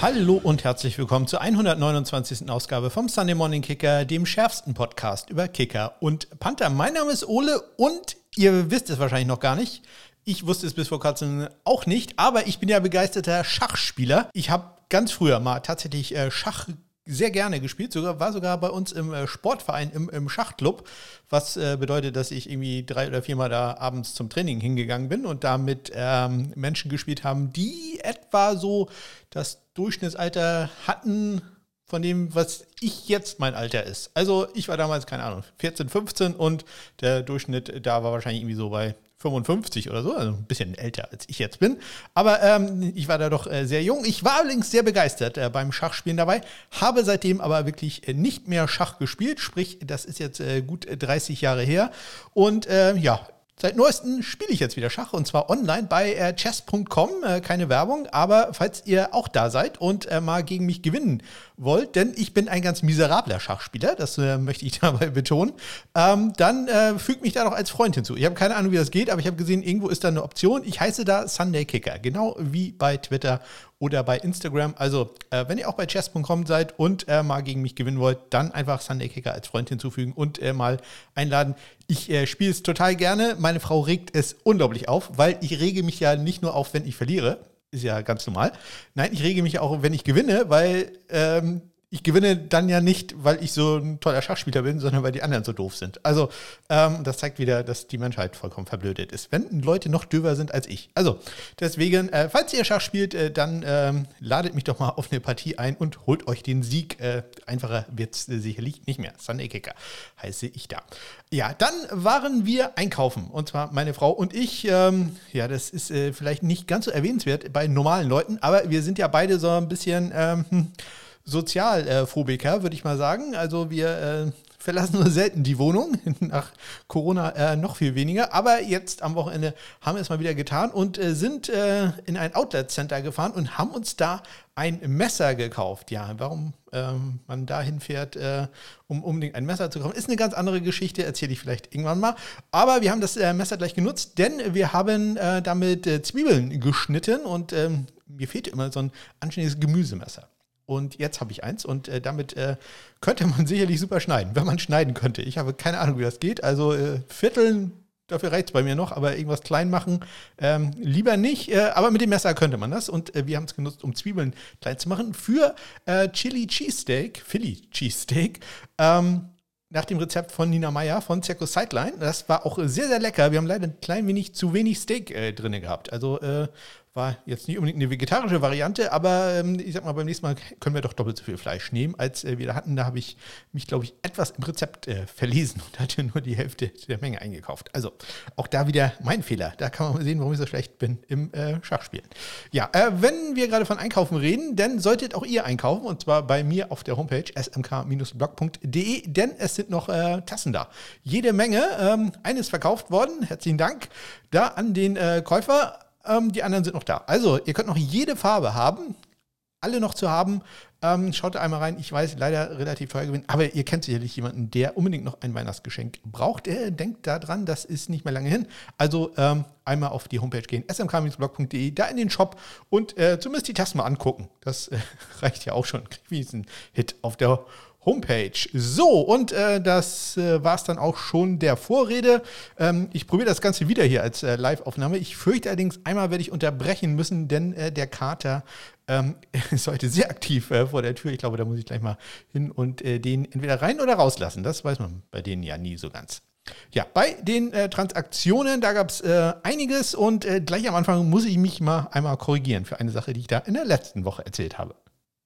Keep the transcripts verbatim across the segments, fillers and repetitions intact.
Hallo und herzlich willkommen zur hundertneunundzwanzigsten Ausgabe vom Sunday Morning Kicker, dem schärfsten Podcast über Kicker und Panther. Mein Name ist Ole und ihr wisst es wahrscheinlich noch gar nicht. Ich wusste es bis vor kurzem auch nicht, aber ich bin ja begeisterter Schachspieler. Ich habe ganz früher mal tatsächlich äh, Schach sehr gerne gespielt, sogar war sogar bei uns im äh, Sportverein, im, im Schachclub, was äh, bedeutet, dass ich irgendwie drei oder viermal da abends zum Training hingegangen bin und da mit ähm, Menschen gespielt haben, die etwa so das Durchschnittsalter hatten von dem, was ich jetzt mein Alter ist. Also ich war damals, keine Ahnung, vierzehn, fünfzehn und der Durchschnitt da war wahrscheinlich irgendwie so bei fünfundfünfzig oder so, also ein bisschen älter als ich jetzt bin. Aber ähm, ich war da doch äh, sehr jung. Ich war allerdings sehr begeistert äh, beim Schachspielen dabei, habe seitdem aber wirklich äh, nicht mehr Schach gespielt, sprich, das ist jetzt äh, gut dreißig Jahre her. Und äh, ja, seit neuestem spiele ich jetzt wieder Schach und zwar online bei äh, chess punkt com, äh, keine Werbung, aber falls ihr auch da seid und äh, mal gegen mich gewinnen wollt, denn ich bin ein ganz miserabler Schachspieler, das äh, möchte ich dabei betonen, ähm, dann äh, fügt mich da doch als Freund hinzu. Ich habe keine Ahnung, wie das geht, aber ich habe gesehen, irgendwo ist da eine Option. Ich heiße da Sunday Kicker, genau wie bei Twitter oder bei Instagram. Also, äh, wenn ihr auch bei chess punkt com seid und äh, mal gegen mich gewinnen wollt, dann einfach Sunday Kicker als Freund hinzufügen und äh, mal einladen. Ich äh, spiele es total gerne. Meine Frau regt es unglaublich auf, weil ich rege mich ja nicht nur auf, wenn ich verliere. Ist ja ganz normal. Nein, ich rege mich auch, wenn ich gewinne, weil ähm, ich gewinne dann ja nicht, weil ich so ein toller Schachspieler bin, sondern weil die anderen so doof sind. Also ähm, das zeigt wieder, dass die Menschheit vollkommen verblödet ist, wenn Leute noch döver sind als ich. Also deswegen, äh, falls ihr Schach spielt, äh, dann ähm, ladet mich doch mal auf eine Partie ein und holt euch den Sieg. Äh, einfacher wird es äh, sicherlich nicht mehr. Sunday Kicker heiße ich da. Ja, dann waren wir einkaufen, und zwar meine Frau und ich. Ähm, ja, das ist äh, vielleicht nicht ganz so erwähnenswert bei normalen Leuten, aber wir sind ja beide so ein bisschen Ähm, Sozialphobiker, würde ich mal sagen. Also wir äh, verlassen nur selten die Wohnung, nach Corona äh, noch viel weniger. Aber jetzt am Wochenende haben wir es mal wieder getan und äh, sind äh, in ein Outlet-Center gefahren und haben uns da ein Messer gekauft. Ja, warum ähm, man da hinfährt, äh, um unbedingt ein Messer zu kaufen, ist eine ganz andere Geschichte, erzähle ich vielleicht irgendwann mal. Aber wir haben das äh, Messer gleich genutzt, denn wir haben äh, damit äh, Zwiebeln geschnitten und ähm, mir fehlte immer so ein anständiges Gemüsemesser. Und jetzt habe ich eins und äh, damit äh, könnte man sicherlich super schneiden, wenn man schneiden könnte. Ich habe keine Ahnung, wie das geht. Also äh, Vierteln, dafür reicht es bei mir noch, aber irgendwas klein machen ähm, lieber nicht. Äh, aber mit dem Messer könnte man das. Und äh, wir haben es genutzt, um Zwiebeln klein zu machen für äh, Chili Cheesesteak, Philly Cheesesteak. Ähm, nach dem Rezept von Nina Meyer von Circus Sideline. Das war auch sehr, sehr lecker. Wir haben leider ein klein wenig zu wenig Steak äh, drin gehabt. Also äh, war jetzt nicht unbedingt eine vegetarische Variante, aber ähm, ich sag mal, beim nächsten Mal können wir doch doppelt so viel Fleisch nehmen, als äh, wir da hatten. Da habe ich mich, glaube ich, etwas im Rezept äh, verlesen und hatte nur die Hälfte der Menge eingekauft. Also auch da wieder mein Fehler. Da kann man mal sehen, warum ich so schlecht bin im äh, Schachspielen. Ja, äh, wenn wir gerade von Einkaufen reden, dann solltet auch ihr einkaufen, und zwar bei mir auf der Homepage s m k blog punkt d e, denn es sind noch äh, Tassen da. Jede Menge. Ähm, eines verkauft worden. Herzlichen Dank da an den äh, Käufer. Ähm, die anderen sind noch da. Also, ihr könnt noch jede Farbe haben, alle noch zu haben. Ähm, schaut da einmal rein. Ich weiß, leider relativ teuer gewinnen, aber ihr kennt sicherlich jemanden, der unbedingt noch ein Weihnachtsgeschenk braucht. Äh, denkt da dran, das ist nicht mehr lange hin. Also ähm, einmal auf die Homepage gehen, s m k blog punkt d e, da in den Shop und äh, zumindest die Tasten mal angucken. Das äh, reicht ja auch schon. Kriegt wie ein Hit auf der Homepage. So, und äh, das äh, war es dann auch schon der Vorrede. Ähm, ich probiere das Ganze wieder hier als äh, Live-Aufnahme. Ich fürchte allerdings, einmal werde ich unterbrechen müssen, denn äh, der Kater ähm, ist heute sehr aktiv äh, vor der Tür. Ich glaube, da muss ich gleich mal hin und äh, den entweder rein oder rauslassen. Das weiß man bei denen ja nie so ganz. Ja, bei den äh, Transaktionen, da gab es äh, einiges und äh, gleich am Anfang muss ich mich mal einmal korrigieren für eine Sache, die ich da in der letzten Woche erzählt habe.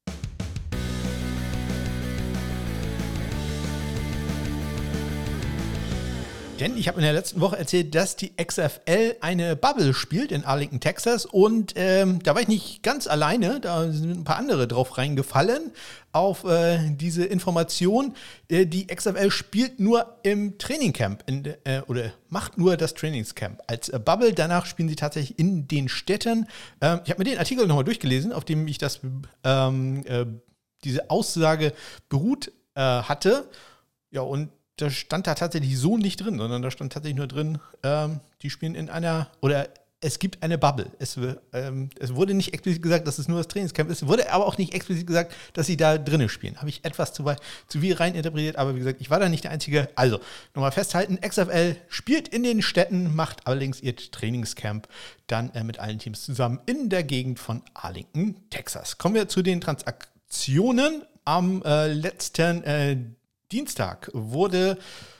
Denn ich habe in der letzten Woche erzählt, dass die X F L eine Bubble spielt in Arlington, Texas. Und ähm, da war ich nicht ganz alleine. Da sind ein paar andere drauf reingefallen auf äh, diese Information. Äh, die X F L spielt nur im Trainingcamp in, äh, oder macht nur das Trainingscamp als äh, Bubble. Danach spielen sie tatsächlich in den Städten. Ähm, ich habe mir den Artikel nochmal durchgelesen, auf dem ich das, ähm, äh, diese Aussage beruht äh, hatte. Ja, und da stand da tatsächlich so nicht drin, sondern da stand tatsächlich nur drin, ähm, die spielen in einer, oder es gibt eine Bubble. Es, ähm, es wurde nicht explizit gesagt, dass es nur das Trainingscamp ist. Es wurde aber auch nicht explizit gesagt, dass sie da drinnen spielen. Habe ich etwas zu, weit, zu viel reininterpretiert, aber wie gesagt, ich war da nicht der Einzige. Also, nochmal festhalten, X F L spielt in den Städten, macht allerdings ihr Trainingscamp dann äh, mit allen Teams zusammen in der Gegend von Arlington, Texas. Kommen wir zu den Transaktionen. Am äh, letzten äh, Dienstag wurde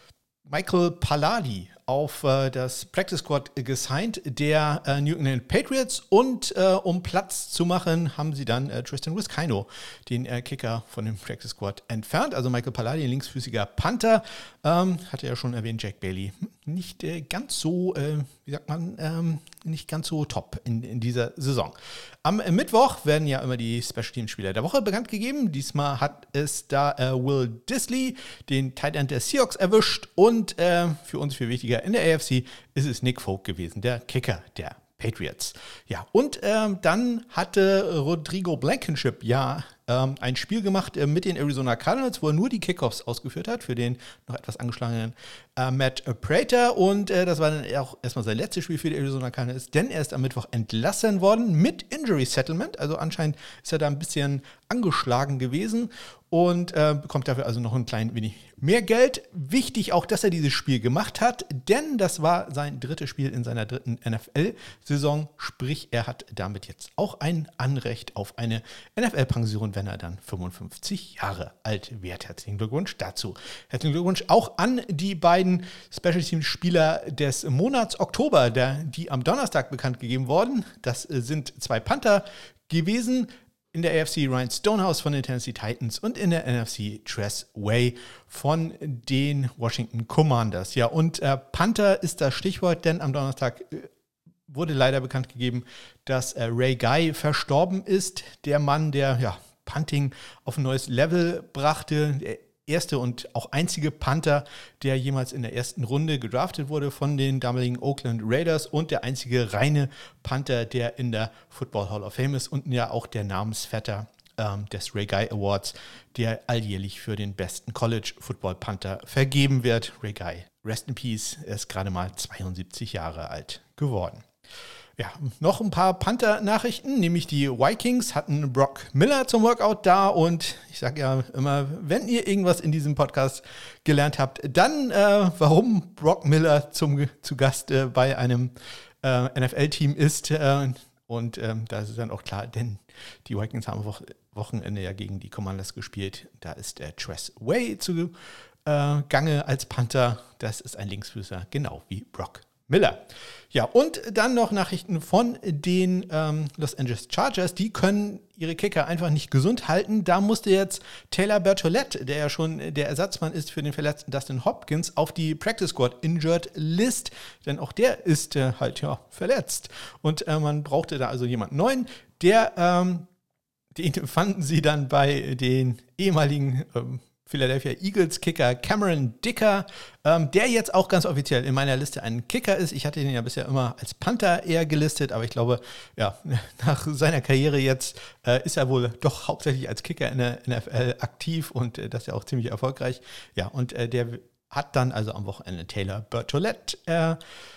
Michael Palardy auf äh, das Practice Squad gesigned der äh, New England Patriots und äh, um Platz zu machen, haben sie dann äh, Tristan Vizcaino, den äh, Kicker von dem Practice Squad, entfernt. Also Michael Palardy, linksfüßiger Panther, ähm, hatte ja schon erwähnt, Jack Bailey, nicht äh, ganz so, äh, wie sagt man, ähm, nicht ganz so top in, in dieser Saison. Am äh, Mittwoch werden ja immer die Special Teams Spieler der Woche bekannt gegeben. Diesmal hat es da äh, Will Dissly, den Tight End der Seahawks, erwischt und äh, für uns viel wichtiger in der A F C ist es Nick Folk gewesen, der Kicker der Patriots. Ja, und ähm, dann hatte Rodrigo Blankenship ja ähm, ein Spiel gemacht äh, mit den Arizona Cardinals, wo er nur die Kickoffs ausgeführt hat für den noch etwas angeschlagenen äh, Matt Prater. Und äh, das war dann auch erstmal sein letztes Spiel für die Arizona Cardinals, denn er ist am Mittwoch entlassen worden mit Injury Settlement. Also anscheinend ist er da ein bisschen angeschlagen gewesen und äh, bekommt dafür also noch ein klein wenig mehr Geld. Wichtig auch, dass er dieses Spiel gemacht hat, denn das war sein drittes Spiel in seiner dritten N F L-Saison. Sprich, er hat damit jetzt auch ein Anrecht auf eine N F L-Pension, wenn er dann fünfundfünfzig Jahre alt wird. Herzlichen Glückwunsch dazu. Herzlichen Glückwunsch auch an die beiden Special Teams-Spieler des Monats Oktober, der, die am Donnerstag bekannt gegeben wurden. Das sind zwei Panther gewesen. In der A F C Ryan Stonehouse von den Tennessee Titans und in der N F C Tress Way von den Washington Commanders. Ja, und äh, Panther ist das Stichwort, denn am Donnerstag äh, wurde leider bekannt gegeben, dass äh, Ray Guy verstorben ist. Der Mann, der ja, Punting auf ein neues Level brachte. Der erste und auch einzige Panther, der jemals in der ersten Runde gedraftet wurde von den damaligen Oakland Raiders und der einzige reine Panther, der in der Football Hall of Fame ist und ja auch der Namensvetter ähm, des Ray Guy Awards, der alljährlich für den besten College Football Panther vergeben wird. Ray Guy, rest in peace, er ist gerade mal zweiundsiebzig Jahre alt geworden. Ja, noch ein paar Panther-Nachrichten, nämlich die Vikings hatten Brock Miller zum Workout da und ich sage ja immer, wenn ihr irgendwas in diesem Podcast gelernt habt, dann äh, warum Brock Miller zum, zu Gast äh, bei einem äh, N F L-Team ist äh, und äh, da ist es dann auch klar, denn die Vikings haben am Wo- Wochenende ja gegen die Commanders gespielt, da ist der Tress Way zu äh, Gange als Panther, das ist ein Linksfüßer, genau wie Brock Miller. Ja, und dann noch Nachrichten von den ähm, Los Angeles Chargers. Die können ihre Kicker einfach nicht gesund halten. Da musste jetzt Taylor Bertolette, der ja schon der Ersatzmann ist für den verletzten Dustin Hopkins, auf die Practice Squad Injured List. Denn auch der ist äh, halt ja verletzt. Und äh, man brauchte da also jemanden neuen. Der, ähm, den fanden sie dann bei den ehemaligen ähm, Philadelphia Eagles Kicker Cameron Dicker, ähm, der jetzt auch ganz offiziell in meiner Liste ein Kicker ist. Ich hatte ihn ja bisher immer als Panther eher gelistet, aber ich glaube, ja, nach seiner Karriere jetzt äh, ist er wohl doch hauptsächlich als Kicker in der N F L aktiv und äh, das ja auch ziemlich erfolgreich. Ja, und äh, der hat dann also am Wochenende Taylor Bertolette äh,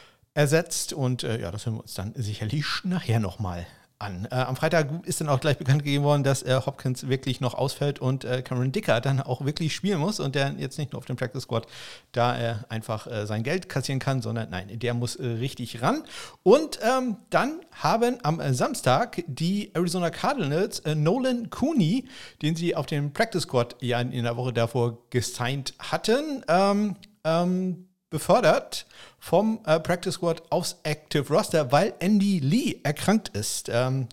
ersetzt und äh, ja, das hören wir uns dann sicherlich nachher nochmal an. Äh, am Freitag ist dann auch gleich bekannt gegeben worden, dass äh, Hopkins wirklich noch ausfällt und äh, Cameron Dicker dann auch wirklich spielen muss und der jetzt nicht nur auf dem Practice Squad da äh, einfach äh, sein Geld kassieren kann, sondern nein, der muss äh, richtig ran. Und ähm, dann haben am äh, Samstag die Arizona Cardinals äh, Nolan Cooney, den sie auf dem Practice Squad ja in, in der Woche davor gesigned hatten, ähm, ähm, befördert vom äh, Practice Squad aufs Active Roster, weil Andy Lee erkrankt ist. Ähm,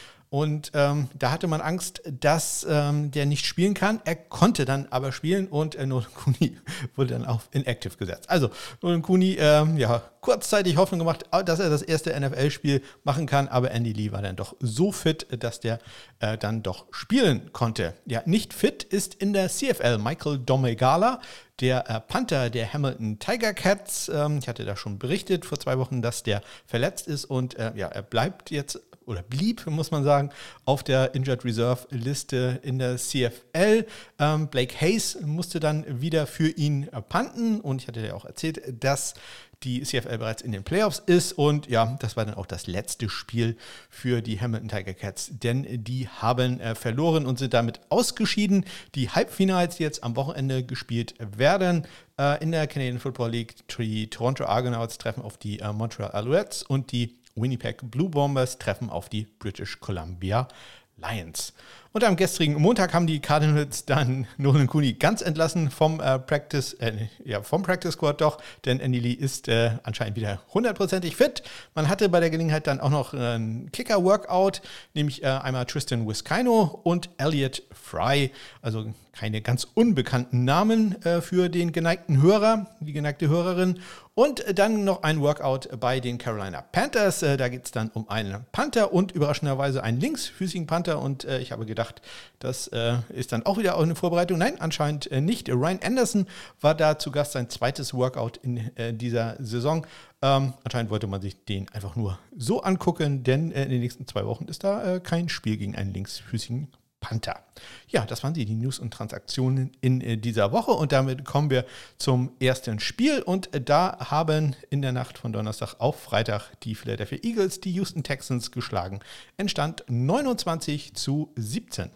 und ähm, da hatte man Angst, dass ähm, der nicht spielen kann. Er konnte dann aber spielen und äh, Nolan Cooney wurde dann auf Inactive gesetzt. Also Nolan Cooney, ähm, ja, kurzzeitig Hoffnung gemacht, dass er das erste N F L-Spiel machen kann, aber Andy Lee war dann doch so fit, dass der äh, dann doch spielen konnte. Ja, nicht fit ist in der C F L Michael Domegala, der äh, Panther der Hamilton Tiger Cats. Ähm, ich hatte da schon berichtet vor zwei Wochen, dass der verletzt ist und äh, ja, er bleibt jetzt oder blieb, muss man sagen, auf der Injured Reserve Liste in der C F L. Ähm, Blake Hayes musste dann wieder für ihn punten und ich hatte ja auch erzählt, dass die C F L bereits in den Playoffs ist und ja, das war dann auch das letzte Spiel für die Hamilton Tiger Cats, denn die haben äh, verloren und sind damit ausgeschieden. Die Halbfinals, die jetzt am Wochenende gespielt werden, äh, in der Canadian Football League, die Toronto Argonauts treffen auf die äh, Montreal Alouettes und die Winnipeg Blue Bombers treffen auf die British Columbia Lions. Und am gestrigen Montag haben die Cardinals dann Nolan Cooney ganz entlassen vom äh, Practice, äh, ja, vom Practice Squad doch, denn Andy Lee ist äh, anscheinend wieder hundertprozentig fit. Man hatte bei der Gelegenheit dann auch noch äh, ein Kicker-Workout, nämlich äh, einmal Tristan Wiskino und Elliot Fry, also keine ganz unbekannten Namen äh, für den geneigten Hörer, die geneigte Hörerin. Und dann noch ein Workout bei den Carolina Panthers. Äh, da geht es dann um einen Panther und überraschenderweise einen linksfüßigen Panther. Und äh, ich habe gedacht, das äh, ist dann auch wieder eine Vorbereitung. Nein, anscheinend äh, nicht. Ryan Anderson war da zu Gast, sein zweites Workout in äh, dieser Saison. Ähm, anscheinend wollte man sich den einfach nur so angucken, denn äh, in den nächsten zwei Wochen ist da äh, kein Spiel gegen einen linksfüßigen Panther. Ja, das waren sie, die News und Transaktionen in äh, dieser Woche und damit kommen wir zum ersten Spiel und äh, da haben in der Nacht von Donnerstag auf Freitag die Philadelphia Eagles die Houston Texans geschlagen. Entstand neunundzwanzig zu siebzehn.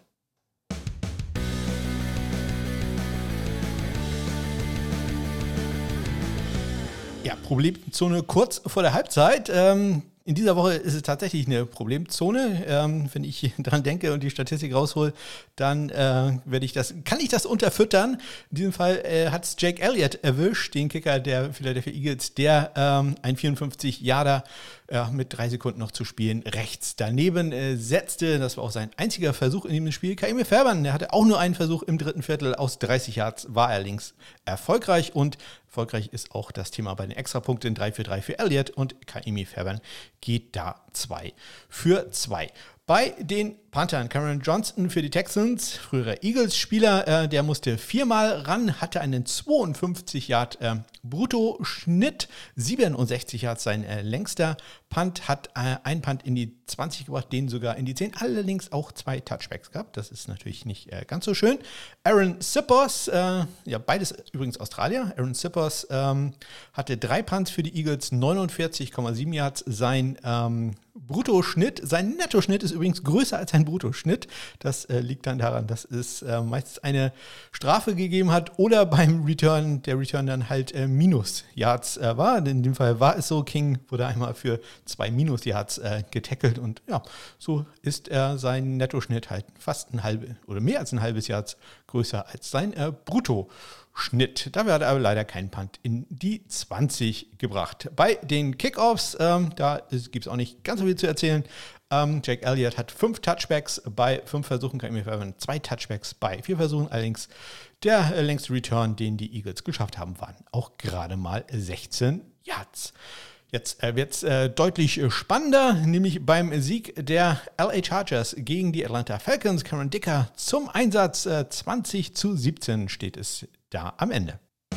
Ja, Problemzone kurz vor der Halbzeit. Ähm, In dieser Woche ist es tatsächlich eine Problemzone. Ähm, wenn ich daran denke und die Statistik raushole, dann äh, werde ich das, kann ich das unterfüttern. In diesem Fall äh, hat es Jake Elliott erwischt, den Kicker der Philadelphia Eagles, der ähm, ein vierundfünfzig-Yarder äh, mit drei Sekunden noch zu spielen rechts daneben äh, setzte. Das war auch sein einziger Versuch in diesem Spiel. Kaimi Fairbairn, der hatte auch nur einen Versuch im dritten Viertel. Aus dreißig Yards war er links erfolgreich und erfolgreich ist auch das Thema bei den Extrapunkten. drei für drei für Elliott und Kaimi Fairbairn geht da zwei für zwei. Bei den Panthern, Cameron Johnston für die Texans, früherer Eagles-Spieler, äh, der musste viermal ran, hatte einen zweiundfünfzig Yard äh, Bruttoschnitt, siebenundsechzig Yards sein äh, längster Punt, hat äh, einen Punt in die zwanzig gebracht, den sogar in die zehn, allerdings auch zwei Touchbacks gehabt, das ist natürlich nicht äh, ganz so schön. Aaron Sippers, äh, ja beides übrigens Australier, Aaron Sippers ähm, hatte drei Punts für die Eagles, neunundvierzig Komma sieben Yards sein ähm, Bruttoschnitt, sein Nettoschnitt ist übrigens größer als sein Bruttoschnitt. Das äh, liegt dann daran, dass es äh, meistens eine Strafe gegeben hat oder beim Return, der Return dann halt äh, Minus-Yards äh, war. In dem Fall war es so, King wurde einmal für zwei Minus-Yards äh, getackelt und ja, so ist er sein Nettoschnitt halt fast ein halbes oder mehr als ein halbes Yards größer als sein äh, Bruttoschnitt. Schnitt. Dafür hat er aber leider keinen Punt in die zwanzig gebracht. Bei den Kickoffs, ähm, da gibt es auch nicht ganz so viel zu erzählen. Ähm, Jake Elliott hat fünf Touchbacks bei fünf Versuchen, kann ich mir verwenden, zwei Touchbacks bei vier Versuchen. Allerdings der äh, längste Return, den die Eagles geschafft haben, waren auch gerade mal sechzehn Yards. Jetzt äh, wird es äh, deutlich äh, spannender, nämlich beim Sieg der L A Chargers gegen die Atlanta Falcons. Cameron Dicker zum Einsatz, äh, zwanzig zu siebzehn steht es da am Ende.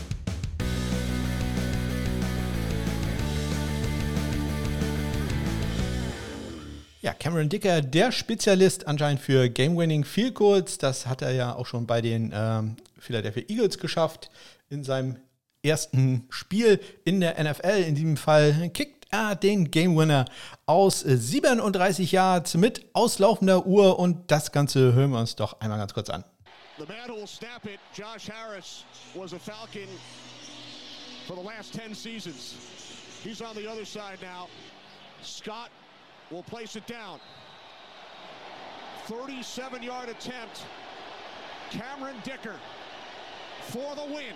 Ja, Cameron Dicker, der Spezialist anscheinend für Game-Winning Field Goals. Das hat er ja auch schon bei den ähm, Philadelphia Eagles geschafft in seinem ersten Spiel in der N F L. In diesem Fall kickt er den Game Winner aus siebenunddreißig Yards mit auslaufender Uhr und das Ganze hören wir uns doch einmal ganz kurz an. The man who will snap it, Josh Harris, was a Falcon for the last ten seasons. He's on the other side now. Scott will place it down. thirty-seven yard attempt. Cameron Dicker for the win.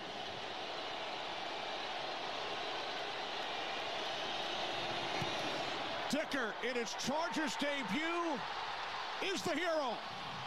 Dicker, in his Chargers debut, is the hero.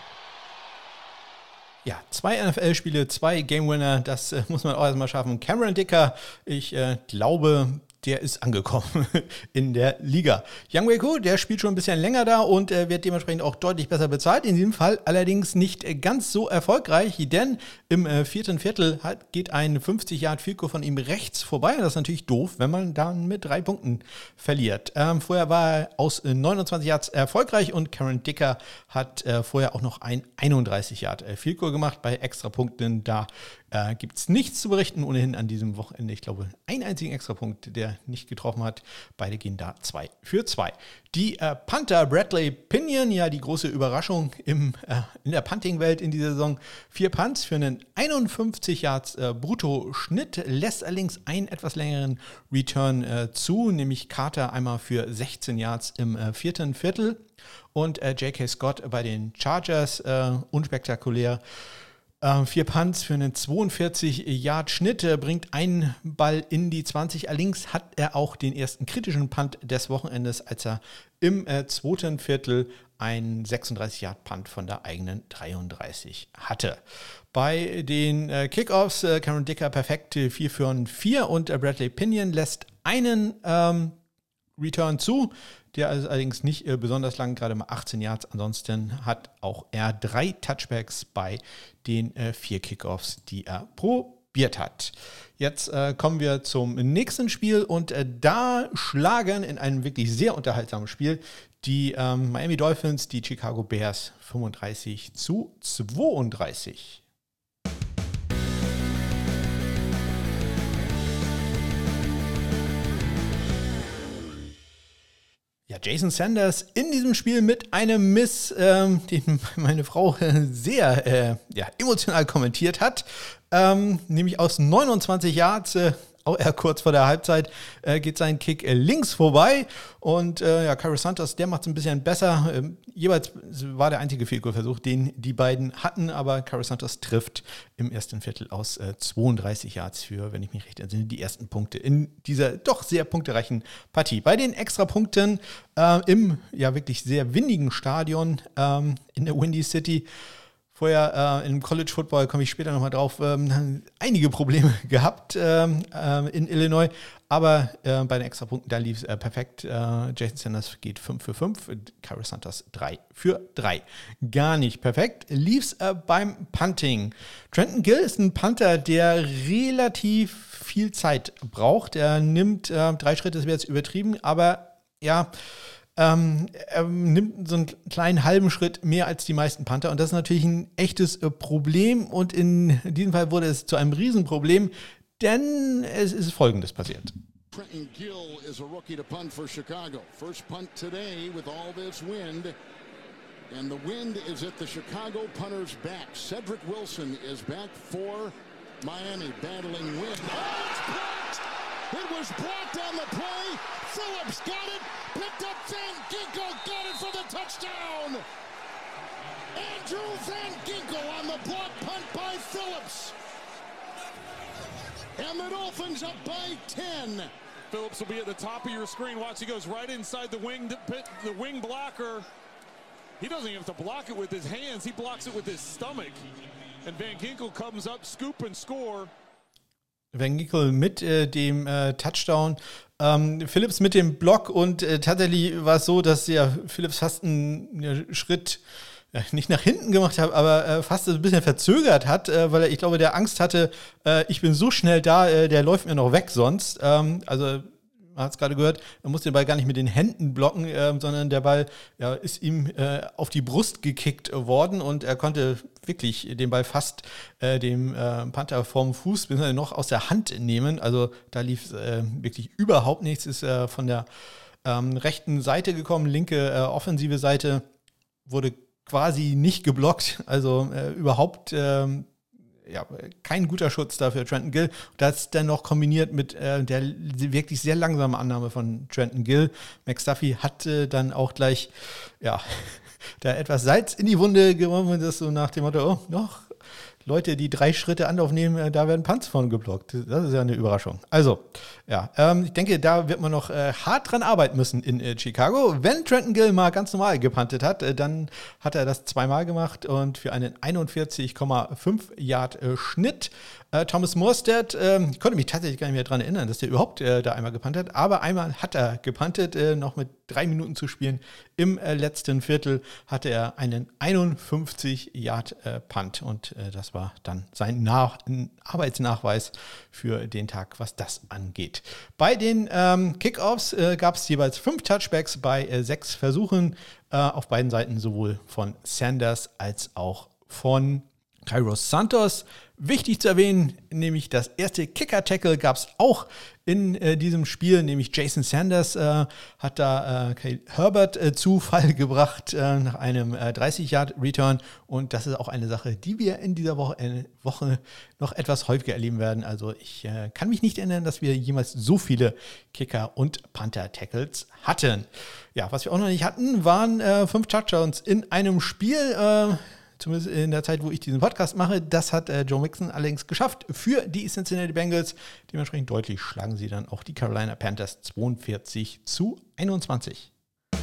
Ja, zwei N F L-Spiele, zwei Game-Winner, das äh, muss man auch erstmal schaffen. Cameron Dicker, ich äh, glaube, der ist angekommen in der Liga. Young Wei-Koo, der spielt schon ein bisschen länger da und äh, wird dementsprechend auch deutlich besser bezahlt. In diesem Fall allerdings nicht äh, ganz so erfolgreich, denn im äh, vierten Viertel hat, geht ein fünfzig Yard Field Goal von ihm rechts vorbei. Und das ist natürlich doof, wenn man dann mit drei Punkten verliert. Ähm, vorher war er aus äh, neunundzwanzig Yards erfolgreich und Karen Dicker hat äh, vorher auch noch ein einunddreißig Yard äh, Field Goal gemacht. Bei Extrapunkten da äh, gibt es nichts zu berichten. Ohnehin an diesem Wochenende, ich glaube, einen einzigen Extrapunkt, der nicht getroffen hat. Beide gehen da zwei für zwei. Die äh, Panther Bradley Pinion, ja die große Überraschung im, äh, in der Punting-Welt in dieser Saison. Vier Punts für einen einundfünfzig Yards äh, Brutto-Schnitt, lässt allerdings einen etwas längeren Return äh, zu, nämlich Carter einmal für sechzehn Yards im äh, vierten Viertel und äh, J K. Scott bei den Chargers, äh, unspektakulär. Uh, vier Punts für einen zweiundvierzig Yard Schnitt, uh, bringt einen Ball in die zwanzig. Allerdings hat er auch den ersten kritischen Punt des Wochenendes, als er im äh, zweiten Viertel einen sechsunddreißig Yard Punt von der eigenen dreiunddreißig hatte. Bei den äh, Kickoffs, äh, Karen Dicker perfekt vier für vier und äh, Bradley Pinion lässt einen ähm, Return zu. Der ist allerdings nicht äh, besonders lang, gerade mal achtzehn Yards. Ansonsten hat auch er drei Touchbacks bei den äh, vier Kickoffs, die er probiert hat. Jetzt äh, kommen wir zum nächsten Spiel und äh, da schlagen in einem wirklich sehr unterhaltsamen Spiel die ähm, Miami Dolphins die Chicago Bears fünfunddreißig zu zweiunddreißig. Ja, Jason Sanders in diesem Spiel mit einem Miss, ähm, den meine Frau äh, sehr äh, ja, emotional kommentiert hat, ähm, nämlich aus neunundzwanzig Yards, äh, auch eher kurz vor der Halbzeit, äh, geht sein Kick äh, links vorbei und äh, ja, Cairo Santos, der macht es ein bisschen besser. Ähm, jeweils war der einzige Field Goal Versuch, den die beiden hatten, aber Cairo Santos trifft im ersten Viertel aus äh, zweiunddreißig Yards für, wenn ich mich recht entsinne, die ersten Punkte in dieser doch sehr punktereichen Partie. Bei den Extrapunkten äh, im ja wirklich sehr windigen Stadion ähm, in der Windy City. Vorher äh, im College Football, komme ich später nochmal drauf, ähm, einige Probleme gehabt ähm, äh, in Illinois, aber äh, bei den Extrapunkten, da lief es äh, perfekt. Äh, Jason Sanders geht fünf für fünf, Cairo Santos drei für drei. Gar nicht perfekt. Lief es äh, beim Punting. Trenton Gill ist ein Panther, der relativ viel Zeit braucht. Er nimmt äh, drei Schritte, das wäre jetzt übertrieben, aber ja, Ähm, er nimmt so einen kleinen halben Schritt mehr als die meisten Panther und das ist natürlich ein echtes äh, Problem und in diesem Fall wurde es zu einem Riesenproblem, denn es ist Folgendes passiert. Trenton Gill is a rookie to punt for Chicago. First punt today with all this wind. And the wind is at the Chicago punter's back. Cedric Wilson is back for Miami, battling wind. Oh, it's blocked! It was blocked on the play. Phillips got it, picked up Van Ginkel, got it for the touchdown. Andrew Van Ginkel on the block punt by Phillips. And the Dolphins up by ten. Phillips will be at the top of your screen. Watch, he goes right inside the wing, the wing blocker. He doesn't even have to block it with his hands. He blocks it with his stomach. And Van Ginkel comes up, scoop and score. Van Ginkel mit äh, dem äh, Touchdown, ähm, Phillips mit dem Block und äh, tatsächlich war es so, dass ja Phillips fast einen, einen Schritt ja, nicht nach hinten gemacht hat, aber äh, fast ein bisschen verzögert hat, äh, weil er, ich glaube, der Angst hatte, äh, ich bin so schnell da, äh, der läuft mir noch weg sonst. Ähm, also man hat es gerade gehört, er musste den Ball gar nicht mit den Händen blocken, äh, sondern der Ball ja, ist ihm äh, auf die Brust gekickt worden und er konnte wirklich den Ball fast äh, dem äh, Panther vom Fuß bzw. noch aus der Hand nehmen. Also da lief äh, wirklich überhaupt nichts, ist äh, von der ähm, rechten Seite gekommen, linke äh, offensive Seite wurde quasi nicht geblockt, also äh, überhaupt ähm, ja, kein guter Schutz dafür, Trenton Gill. Das dann noch kombiniert mit äh, der wirklich sehr langsamen Annahme von Trenton Gill. McStuffy hatte dann auch gleich, ja, da etwas Salz in die Wunde geworfen, das so nach dem Motto, oh, noch Leute, die drei Schritte Anlauf nehmen, äh, da werden Punts von geblockt. Das ist ja eine Überraschung. Also, ja, ähm, ich denke, da wird man noch äh, hart dran arbeiten müssen in äh, Chicago. Wenn Trenton Gill mal ganz normal gepuntet hat, äh, dann hat er das zweimal gemacht und für einen einundvierzig Komma fünf Yard äh, Schnitt. Äh, Thomas Morstead, äh, ich konnte mich tatsächlich gar nicht mehr daran erinnern, dass der überhaupt äh, da einmal gepuntet hat, aber einmal hat er gepuntet, äh, noch mit drei Minuten zu spielen. Im äh, letzten Viertel hatte er einen einundfünfzig Yard äh, Punt und äh, das war dann sein Nach- Arbeitsnachweis für den Tag, was das angeht. Bei den ähm, Kickoffs äh, gab es jeweils fünf Touchbacks bei äh, sechs Versuchen äh, auf beiden Seiten, sowohl von Sanders als auch von Kairos Santos. Wichtig zu erwähnen, nämlich das erste Kicker-Tackle gab es auch in äh, diesem Spiel, nämlich Jason Sanders äh, hat da äh, Kyle Herbert äh, zu Fall gebracht äh, nach einem äh, dreißig Yard Return und das ist auch eine Sache, die wir in dieser Woche, äh, Woche noch etwas häufiger erleben werden. Also ich äh, kann mich nicht erinnern, dass wir jemals so viele Kicker- und Panther-Tackles hatten. Ja, was wir auch noch nicht hatten, waren äh, fünf Touchdowns in einem Spiel, äh, zumindest in der Zeit, wo ich diesen Podcast mache. Das hat äh, Joe Mixon allerdings geschafft für die Cincinnati Bengals. Dementsprechend deutlich schlagen sie dann auch die Carolina Panthers zweiundvierzig zu einundzwanzig.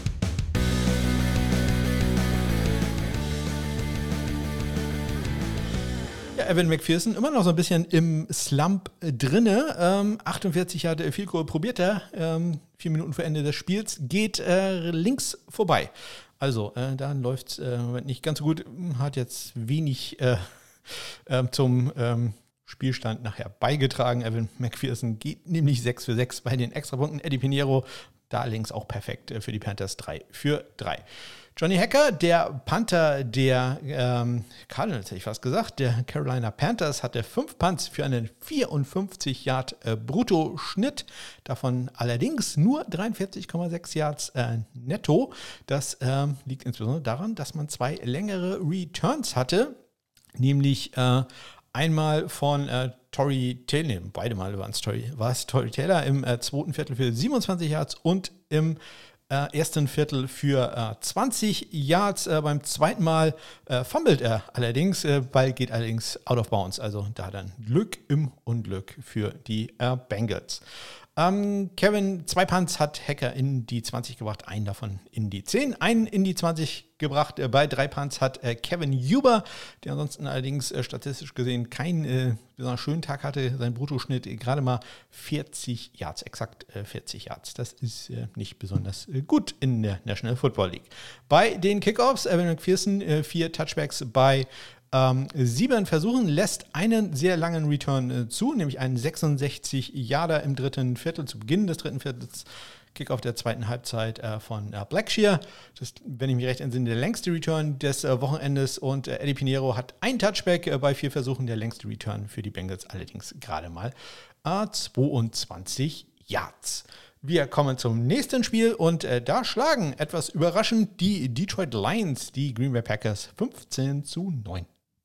Ja, Evan McPherson immer noch so ein bisschen im Slump drinne. Ähm, achtundvierzig Jahre Field Goal probiert er. Ähm, vier Minuten vor Ende des Spiels. Geht äh, links vorbei. Also, äh, da läuft es äh, nicht ganz so gut. Hat jetzt wenig äh, äh, zum ähm, Spielstand nachher beigetragen. Evan McPherson geht nämlich sechs für sechs bei den Extrapunkten. Eddie Pinheiro, da links auch perfekt äh, für die Panthers drei für drei. Johnny Hekker, der Panther der ähm, Cardinals, hätte ich fast gesagt, der Carolina Panthers, hatte fünf Punts für einen vierundfünfzig Yard äh, Brutto-Schnitt, davon allerdings nur dreiundvierzig Komma sechs Yards äh, netto. Das ähm, liegt insbesondere daran, dass man zwei längere Returns hatte, nämlich äh, einmal von äh, Tory Taylor, nee, beide Male waren es Tory, war es Tory Taylor im äh, zweiten Viertel für siebenundzwanzig Yards und im Äh, ersten Viertel für äh, zwanzig Yards. Äh, beim zweiten Mal äh, fummelt er allerdings. Äh, Ball geht allerdings out of bounds. Also da dann Glück im Unglück für die äh, Bengals. Ähm, Kevin, zwei Punts hat Hekker in die zwanzig gebracht, einen davon in die zehn, einen in die zwanzig gebracht. Äh, bei drei Punts hat äh, Kevin Huber, der ansonsten allerdings äh, statistisch gesehen keinen äh, besonders schönen Tag hatte, sein Bruttoschnitt äh, gerade mal vierzig Yards, exakt äh, vierzig Yards. Das ist äh, nicht besonders äh, gut in der National Football League. Bei den Kickoffs, Evan McPherson, äh, vier Touchbacks bei Ähm, sieben Versuchen, lässt einen sehr langen Return äh, zu, nämlich einen sechsundsechzig Yarder im dritten Viertel, zu Beginn des dritten Viertels, Kickoff der zweiten Halbzeit äh, von äh, Blackshear. Das ist, wenn ich mich recht entsinne, der längste Return des äh, Wochenendes und äh, Eddie Pinheiro hat ein Touchback äh, bei vier Versuchen, der längste Return für die Bengals allerdings gerade mal äh, zweiundzwanzig Yards. Wir kommen zum nächsten Spiel und äh, da schlagen etwas überraschend die Detroit Lions die Green Bay Packers fünfzehn zu neun.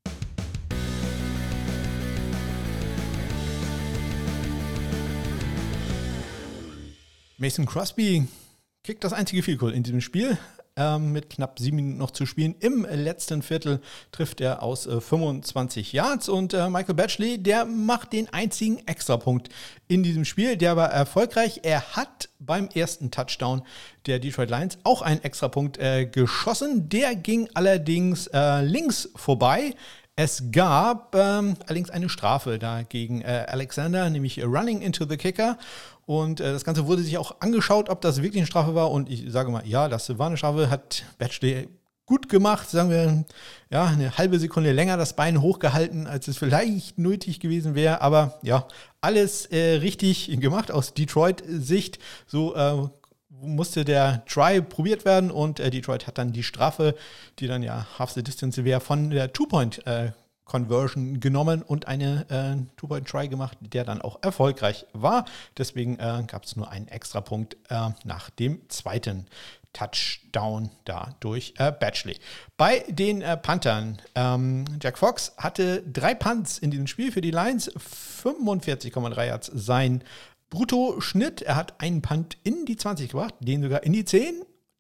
Mason Crosby kickt das einzige Field Goal in diesem Spiel. Ähm, mit knapp sieben Minuten noch zu spielen. Im letzten Viertel trifft er aus äh, fünfundzwanzig Yards und äh, Michael Batchley, der macht den einzigen Extrapunkt in diesem Spiel. Der war erfolgreich. Er hat beim ersten Touchdown der Detroit Lions auch einen Extrapunkt äh, geschossen. Der ging allerdings äh, links vorbei. Es gab ähm, allerdings eine Strafe da gegen äh, Alexander, nämlich Running into the Kicker. Und äh, das Ganze wurde sich auch angeschaut, ob das wirklich eine Strafe war. Und ich sage mal, ja, das war eine Strafe, hat Batchley gut gemacht. Sagen wir, ja, eine halbe Sekunde länger das Bein hochgehalten, als es vielleicht nötig gewesen wäre. Aber ja, alles äh, richtig gemacht aus Detroit-Sicht. So äh, musste der Try probiert werden und äh, Detroit hat dann die Strafe, die dann ja half the distance wäre, von der Two-Point äh, Conversion genommen und eine äh, Two-Point-Try gemacht, der dann auch erfolgreich war. Deswegen äh, gab es nur einen Extrapunkt äh, nach dem zweiten Touchdown da durch äh, Batchley. Bei den äh, Panthern, ähm, Jack Fox hatte drei Punts in diesem Spiel für die Lions, fünfundvierzig Komma drei Yards sein Bruttoschnitt. Er hat einen Punt in die zwanzig gebracht, den sogar in die zehn,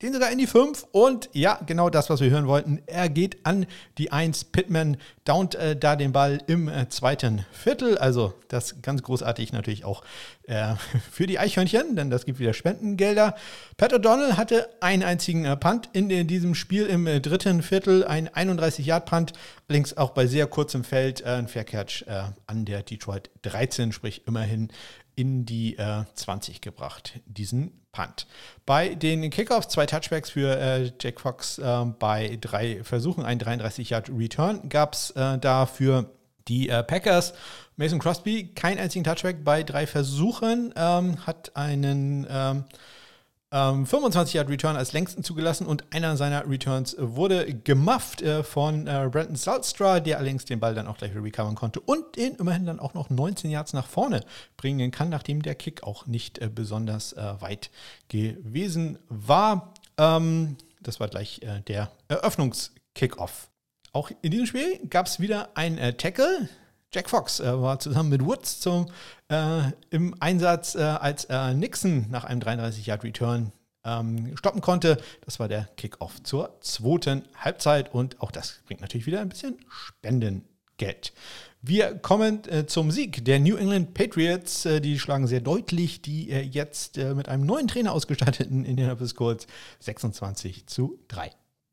den sogar in die fünf und ja, genau das, was wir hören wollten. Er geht an die eins. Pittman downt äh, da den Ball im äh, zweiten Viertel. Also das ganz großartig natürlich auch äh, für die Eichhörnchen, denn das gibt wieder Spendengelder. Pat O'Donnell hatte einen einzigen äh, Punt in, in diesem Spiel im äh, dritten Viertel, ein einunddreißig-Yard-Punt, allerdings auch bei sehr kurzem Feld äh, ein Fair-Catch äh, an der Detroit dreizehn, sprich immerhin in die äh, zwanzig gebracht, diesen Punt. Bei den Kickoffs zwei Touchbacks für äh, Jack Fox äh, bei drei Versuchen, ein dreiunddreißig-Yard-Return gab es äh, da für die äh, Packers. Mason Crosby, keinen einzigen Touchback bei drei Versuchen, ähm, hat einen ähm, ähm, fünfundzwanzig-Yard-Return als längsten zugelassen und einer seiner Returns wurde gemufft äh, von äh, Brandon Zylstra, der allerdings den Ball dann auch gleich recovern konnte und den immerhin dann auch noch neunzehn Yards nach vorne bringen kann, nachdem der Kick auch nicht äh, besonders äh, weit gewesen war. Ähm, das war gleich äh, der Eröffnungs-Kickoff. Auch in diesem Spiel gab es wieder ein äh, Tackle. Jack Fox äh, war zusammen mit Woods zum, äh, im Einsatz, äh, als äh, Nixon nach einem dreiunddreißig-Yard-Return ähm, stoppen konnte. Das war der Kickoff zur zweiten Halbzeit und auch das bringt natürlich wieder ein bisschen Spendengeld. Wir kommen äh, zum Sieg der New England Patriots. Äh, die schlagen sehr deutlich die äh, jetzt äh, mit einem neuen Trainer ausgestatteten Indianapolis Colts sechsundzwanzig zu drei.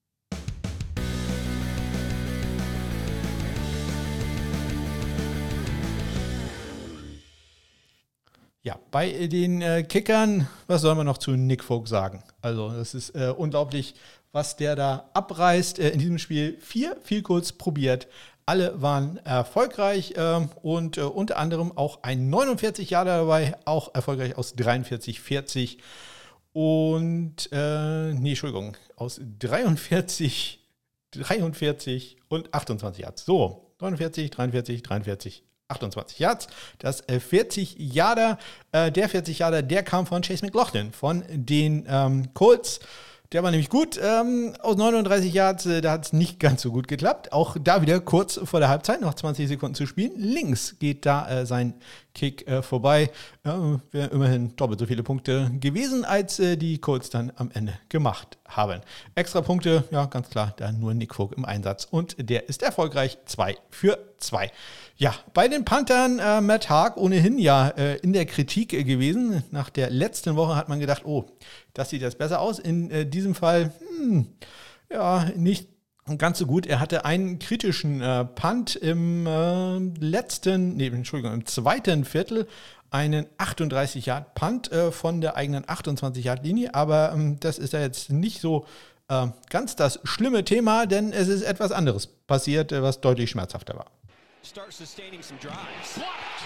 Ja, bei den äh, Kickern, was soll man noch zu Nick Folk sagen? Also das ist äh, unglaublich, was der da abreißt. Äh, in diesem Spiel vier Field Goals probiert. Alle waren erfolgreich äh, und äh, unter anderem auch ein neunundvierzig-Jahrer dabei, auch erfolgreich aus dreiundvierzig vierzig und, äh, nee, Entschuldigung, aus dreiundvierzig, dreiundvierzig und achtundzwanzig Yards. So, neunundvierzig, dreiundvierzig, dreiundvierzig. achtundzwanzig Yards, das äh, vierzig-Yarder, äh, der vierzig-Yarder, der kam von Chase McLaughlin, von den ähm, Colts. Der war nämlich gut, ähm, aus neununddreißig Yards, äh, da hat es nicht ganz so gut geklappt. Auch da wieder kurz vor der Halbzeit, noch zwanzig Sekunden zu spielen. Links geht da äh, sein Kick äh, vorbei. Äh, Wäre immerhin doppelt so viele Punkte gewesen, als äh, die Colts dann am Ende gemacht haben. Extra Punkte, ja ganz klar, da nur Nick Folk im Einsatz und der ist erfolgreich, zwei für zwei. Ja, bei den Panthern äh, Matt Haag ohnehin ja äh, in der Kritik äh, gewesen. Nach der letzten Woche hat man gedacht, oh, das sieht jetzt besser aus. In äh, diesem Fall, hm, ja, nicht ganz so gut. Er hatte einen kritischen äh, Punt im äh, letzten, nee, Entschuldigung, im zweiten Viertel, einen achtunddreißig-Yard-Punt äh, von der eigenen achtundzwanzig-Yard-Linie. Aber ähm, das ist ja jetzt nicht so äh, ganz das schlimme Thema, denn es ist etwas anderes passiert, äh, was deutlich schmerzhafter war. Start sustaining some drives. Blocked.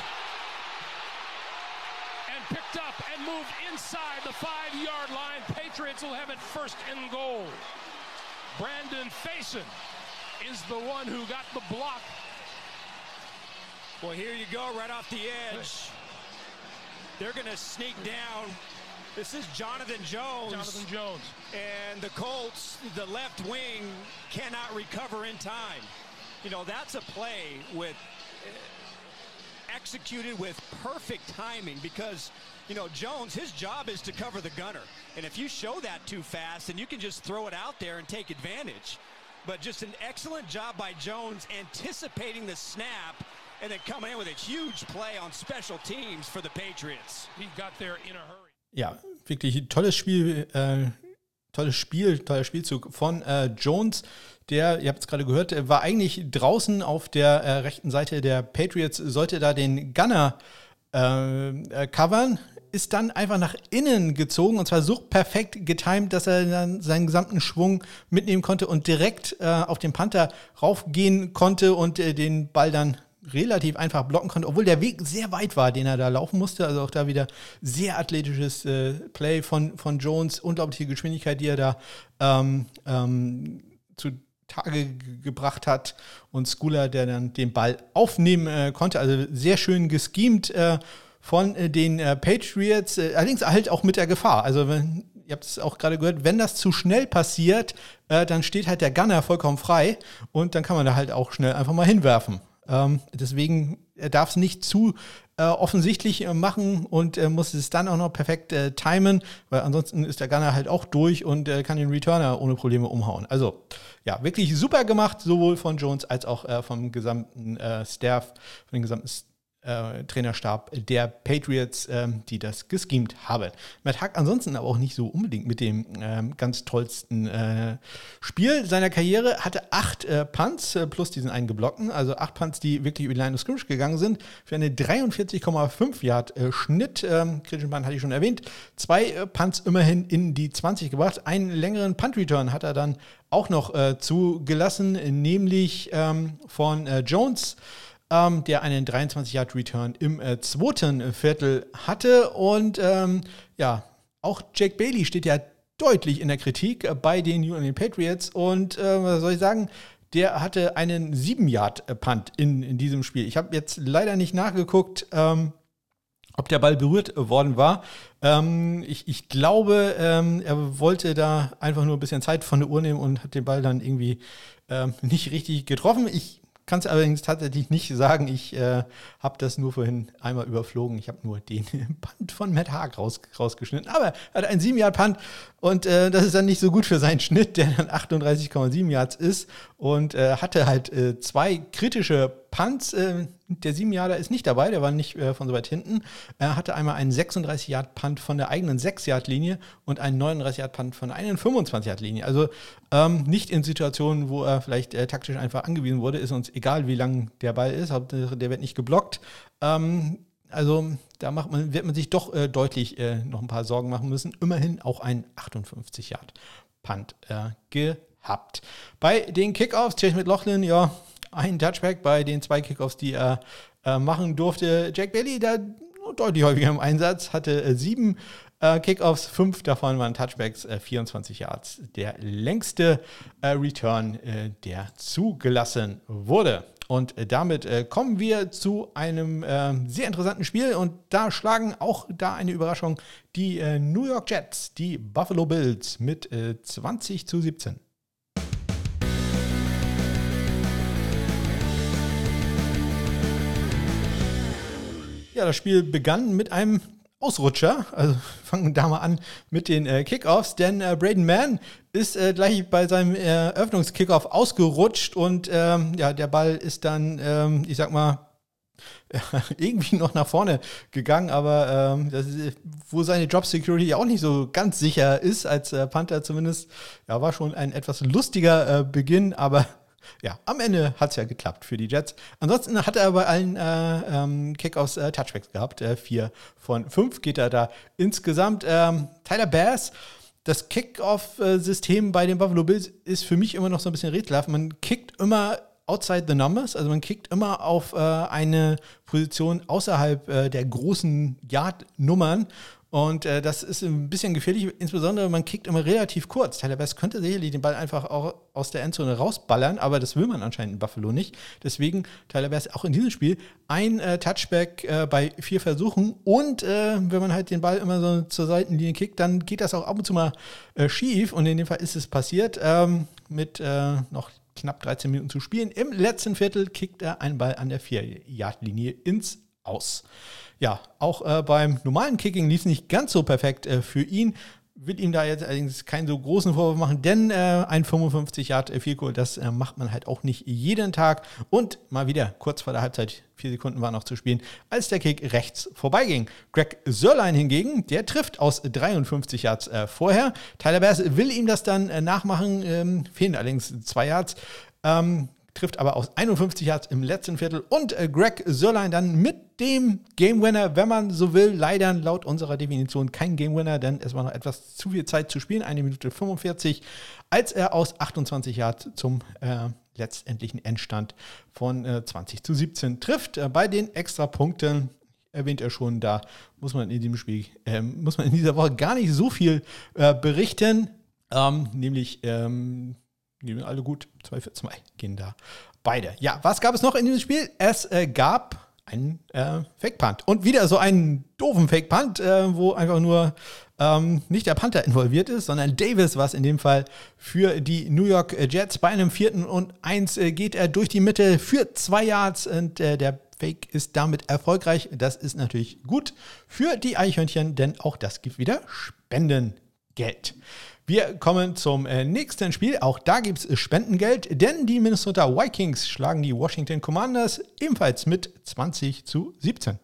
And picked up and moved inside the five-yard line. Patriots will have it first and goal. Brandon Faison is the one who got the block. Well, here you go, right off the edge. They're going to sneak down. This is Jonathan Jones. Jonathan Jones. And the Colts, the left wing, cannot recover in time. You know, that's a play with uh, executed with perfect timing because, you know, Jones, his job is to cover the gunner. And if you show that too fast, then you can just throw it out there and take advantage. But just an excellent job by Jones anticipating the snap and then coming in with a huge play on special teams for the Patriots. He got there in a hurry. Ja, wirklich tolles Spiel, äh, tolles Spiel, toller Spielzug von äh, Jones. Der, ihr habt es gerade gehört, war eigentlich draußen auf der äh, rechten Seite der Patriots, sollte da den Gunner äh, äh, covern, ist dann einfach nach innen gezogen und zwar so perfekt getimed, dass er dann seinen gesamten Schwung mitnehmen konnte und direkt äh, auf den Panther raufgehen konnte und äh, den Ball dann relativ einfach blocken konnte, obwohl der Weg sehr weit war, den er da laufen musste. Also auch da wieder sehr athletisches äh, Play von, von Jones, unglaubliche Geschwindigkeit, die er da ähm, ähm, zu Tage g- gebracht hat und Skula, der dann den Ball aufnehmen äh, konnte. Also sehr schön geschemt äh, von äh, den äh, Patriots, äh, allerdings halt auch mit der Gefahr. Also wenn, ihr habt es auch gerade gehört, wenn das zu schnell passiert, äh, dann steht halt der Gunner vollkommen frei und dann kann man da halt auch schnell einfach mal hinwerfen. Ähm, deswegen er darf es nicht zu äh, offensichtlich äh, machen und äh, muss es dann auch noch perfekt äh, timen, weil ansonsten ist der Gunner halt auch durch und äh, kann den Returner ohne Probleme umhauen. Also ja, wirklich super gemacht, sowohl von Jones als auch äh, vom gesamten äh, Staff, von den gesamten Äh, Trainerstab der Patriots, ähm, die das geschemt haben. Matt Hack ansonsten aber auch nicht so unbedingt mit dem ähm, ganz tollsten äh, Spiel seiner Karriere, hatte acht äh, Punts äh, plus diesen einen geblockten, also acht Punts, die wirklich über die Line of Scrimmage gegangen sind, für eine dreiundvierzig Komma fünf Yard äh, Schnitt. Ähm, Kritischen Punt hatte ich schon erwähnt. Zwei äh, Punts immerhin in die zwanzig gebracht. Einen längeren Punt-Return hat er dann auch noch äh, zugelassen, nämlich ähm, von äh, Jones, Ähm, der einen dreiundzwanzig Yard Return im äh, zweiten Viertel hatte. Und ähm, ja, auch Jake Bailey steht ja deutlich in der Kritik äh, bei den New England Patriots. Und äh, was soll ich sagen? Der hatte einen sieben Yard Punt in, in diesem Spiel. Ich habe jetzt leider nicht nachgeguckt, ähm, ob der Ball berührt worden war. Ähm, ich, ich glaube, ähm, er wollte da einfach nur ein bisschen Zeit von der Uhr nehmen und hat den Ball dann irgendwie ähm, nicht richtig getroffen. Ich kann es allerdings tatsächlich nicht sagen. Ich äh, habe das nur vorhin einmal überflogen. Ich habe nur den Punt von Matt Haag raus, rausgeschnitten. Aber er hat einen sieben Yard Punt und äh, das ist dann nicht so gut für seinen Schnitt, der dann achtunddreißig Komma sieben Yards ist. Und äh, hatte halt äh, zwei kritische Punts. Äh, der sieben Yarder ist nicht dabei, der war nicht äh, von so weit hinten. Er hatte einmal einen sechsunddreißig Yard Punt von der eigenen sechs Yard Linie und einen neununddreißig Yard Punt von der eigenen fünfundzwanzig Yard Linie. Also ähm, nicht in Situationen, wo er vielleicht äh, taktisch einfach angewiesen wurde. Ist uns egal, wie lang der Ball ist, der wird nicht geblockt. Ähm, also da macht man, wird man sich doch äh, deutlich äh, noch ein paar Sorgen machen müssen. Immerhin auch einen achtundfünfzig Yard Punt äh, gehabt. Bei den Kickoffs, Chase McLaughlin, ja, ein Touchback bei den zwei Kickoffs, die er äh, machen durfte. Jack Bailey, da deutlich häufiger im Einsatz, hatte äh, sieben äh, Kickoffs, fünf davon waren Touchbacks, äh, vierundzwanzig Yards. Der längste äh, Return, äh, der zugelassen wurde. Und äh, damit äh, kommen wir zu einem äh, sehr interessanten Spiel und da schlagen auch da eine Überraschung die äh, New York Jets, die Buffalo Bills mit äh, zwanzig zu siebzehn. Ja, das Spiel begann mit einem Ausrutscher. Also fangen wir da mal an mit den äh, Kickoffs, denn äh, Braden Mann ist äh, gleich bei seinem äh, Eröffnungskickoff ausgerutscht und ähm, ja, der Ball ist dann, ähm, ich sag mal, irgendwie noch nach vorne gegangen, aber ähm, das ist, wo seine Job Security ja auch nicht so ganz sicher ist, als äh, Panther zumindest, ja, war schon ein etwas lustiger äh, Beginn, aber ja, am Ende hat es ja geklappt für die Jets. Ansonsten hat er bei allen äh, ähm, Kickoffs äh, Touchbacks gehabt. Äh, vier von fünf geht er da insgesamt. Ähm, Tyler Bass, das Kickoff-System bei den Buffalo Bills ist für mich immer noch so ein bisschen rätselhaft. Man kickt immer outside the numbers, also man kickt immer auf äh, eine Position außerhalb äh, der großen Yard-Nummern. Und äh, das ist ein bisschen gefährlich, insbesondere man kickt immer relativ kurz. Tyler Bass könnte sicherlich den Ball einfach auch aus der Endzone rausballern, aber das will man anscheinend in Buffalo nicht. Deswegen Tyler Bass auch in diesem Spiel ein äh, Touchback äh, bei vier Versuchen. Und äh, wenn man halt den Ball immer so zur Seitenlinie kickt, dann geht das auch ab und zu mal äh, schief. Und in dem Fall ist es passiert ähm, mit äh, noch knapp dreizehn Minuten zu spielen. Im letzten Viertel kickt er einen Ball an der vier Yard Linie ins Aus. Ja, auch äh, beim normalen Kicking lief es nicht ganz so perfekt äh, für ihn. Will ihm da jetzt allerdings keinen so großen Vorwurf machen, denn äh, ein fünfundfünfzig Yard Field Goal, das äh, macht man halt auch nicht jeden Tag. Und mal wieder, kurz vor der Halbzeit, vier Sekunden waren noch zu spielen, als der Kick rechts vorbeiging. Greg Zuerlein hingegen, der trifft aus dreiundfünfzig Yards äh, vorher. Tyler Bass will ihm das dann äh, nachmachen, ähm, fehlen allerdings zwei Yards. Ähm, trifft aber aus einundfünfzig Yards im letzten Viertel und äh, Greg Zuerlein dann mit dem Game Winner, wenn man so will, leider laut unserer Definition kein Game Winner, denn es war noch etwas zu viel Zeit zu spielen, eine Minute fünfundvierzig, als er aus achtundzwanzig Yards zum äh, letztendlichen Endstand von äh, zwanzig zu siebzehn trifft. Äh, bei den Extrapunkten erwähnt er schon, da muss man in diesem Spiel, äh, muss man in dieser Woche gar nicht so viel äh, berichten, ähm, nämlich ähm, die sind alle gut, zwei für zwei gehen da beide. Ja, was gab es noch in diesem Spiel? Es äh, gab einen äh, Fake-Punt. Und wieder so einen doofen Fake-Punt, äh, wo einfach nur ähm, nicht der Panther involviert ist, sondern Davis war es in dem Fall für die New York Jets. Bei einem vierten und eins äh, geht er durch die Mitte für zwei Yards und äh, der Punt-Fake ist damit erfolgreich. Das ist natürlich gut für die Eichhörnchen, denn auch das gibt wieder Spendengeld. Wir kommen zum äh, nächsten Spiel. Auch da gibt es Spendengeld, denn die Minnesota Vikings schlagen die Washington Commanders ebenfalls mit zwanzig zu siebzehn.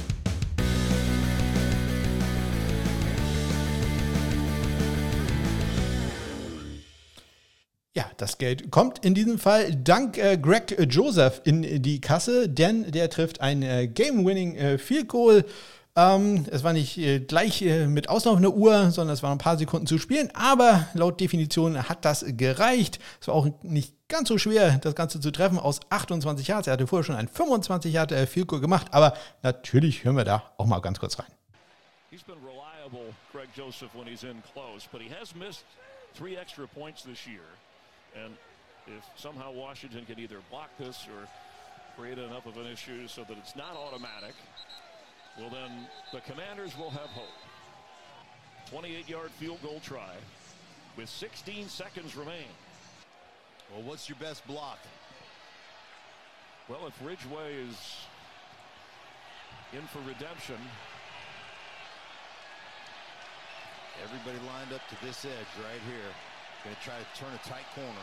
Ja, das Geld kommt in diesem Fall dank äh, Greg Joseph in die Kasse, denn der trifft ein äh, Game-Winning äh, Field Goal. Ähm, es war nicht äh, gleich äh, mit auslaufender Uhr, sondern es waren ein paar Sekunden zu spielen, aber laut Definition hat das gereicht. Es war auch nicht ganz so schwer, das Ganze zu treffen aus achtundzwanzig Yards. Er hatte vorher schon ein fünfundzwanzig Yard äh, Field Goal gemacht, aber natürlich hören wir da auch mal ganz kurz rein. He's been reliable, Greg Joseph, when he's in close, but he has missed three extra points this year. And if somehow Washington can either block this or create enough of an issue so that it's not automatic, well then the Commanders will have hope. twenty-eight yard field goal try with sixteen seconds remain. Well, what's your best block? Well, if Ridgeway is in for redemption. Everybody lined up to this edge right here. Going to try to turn a tight corner.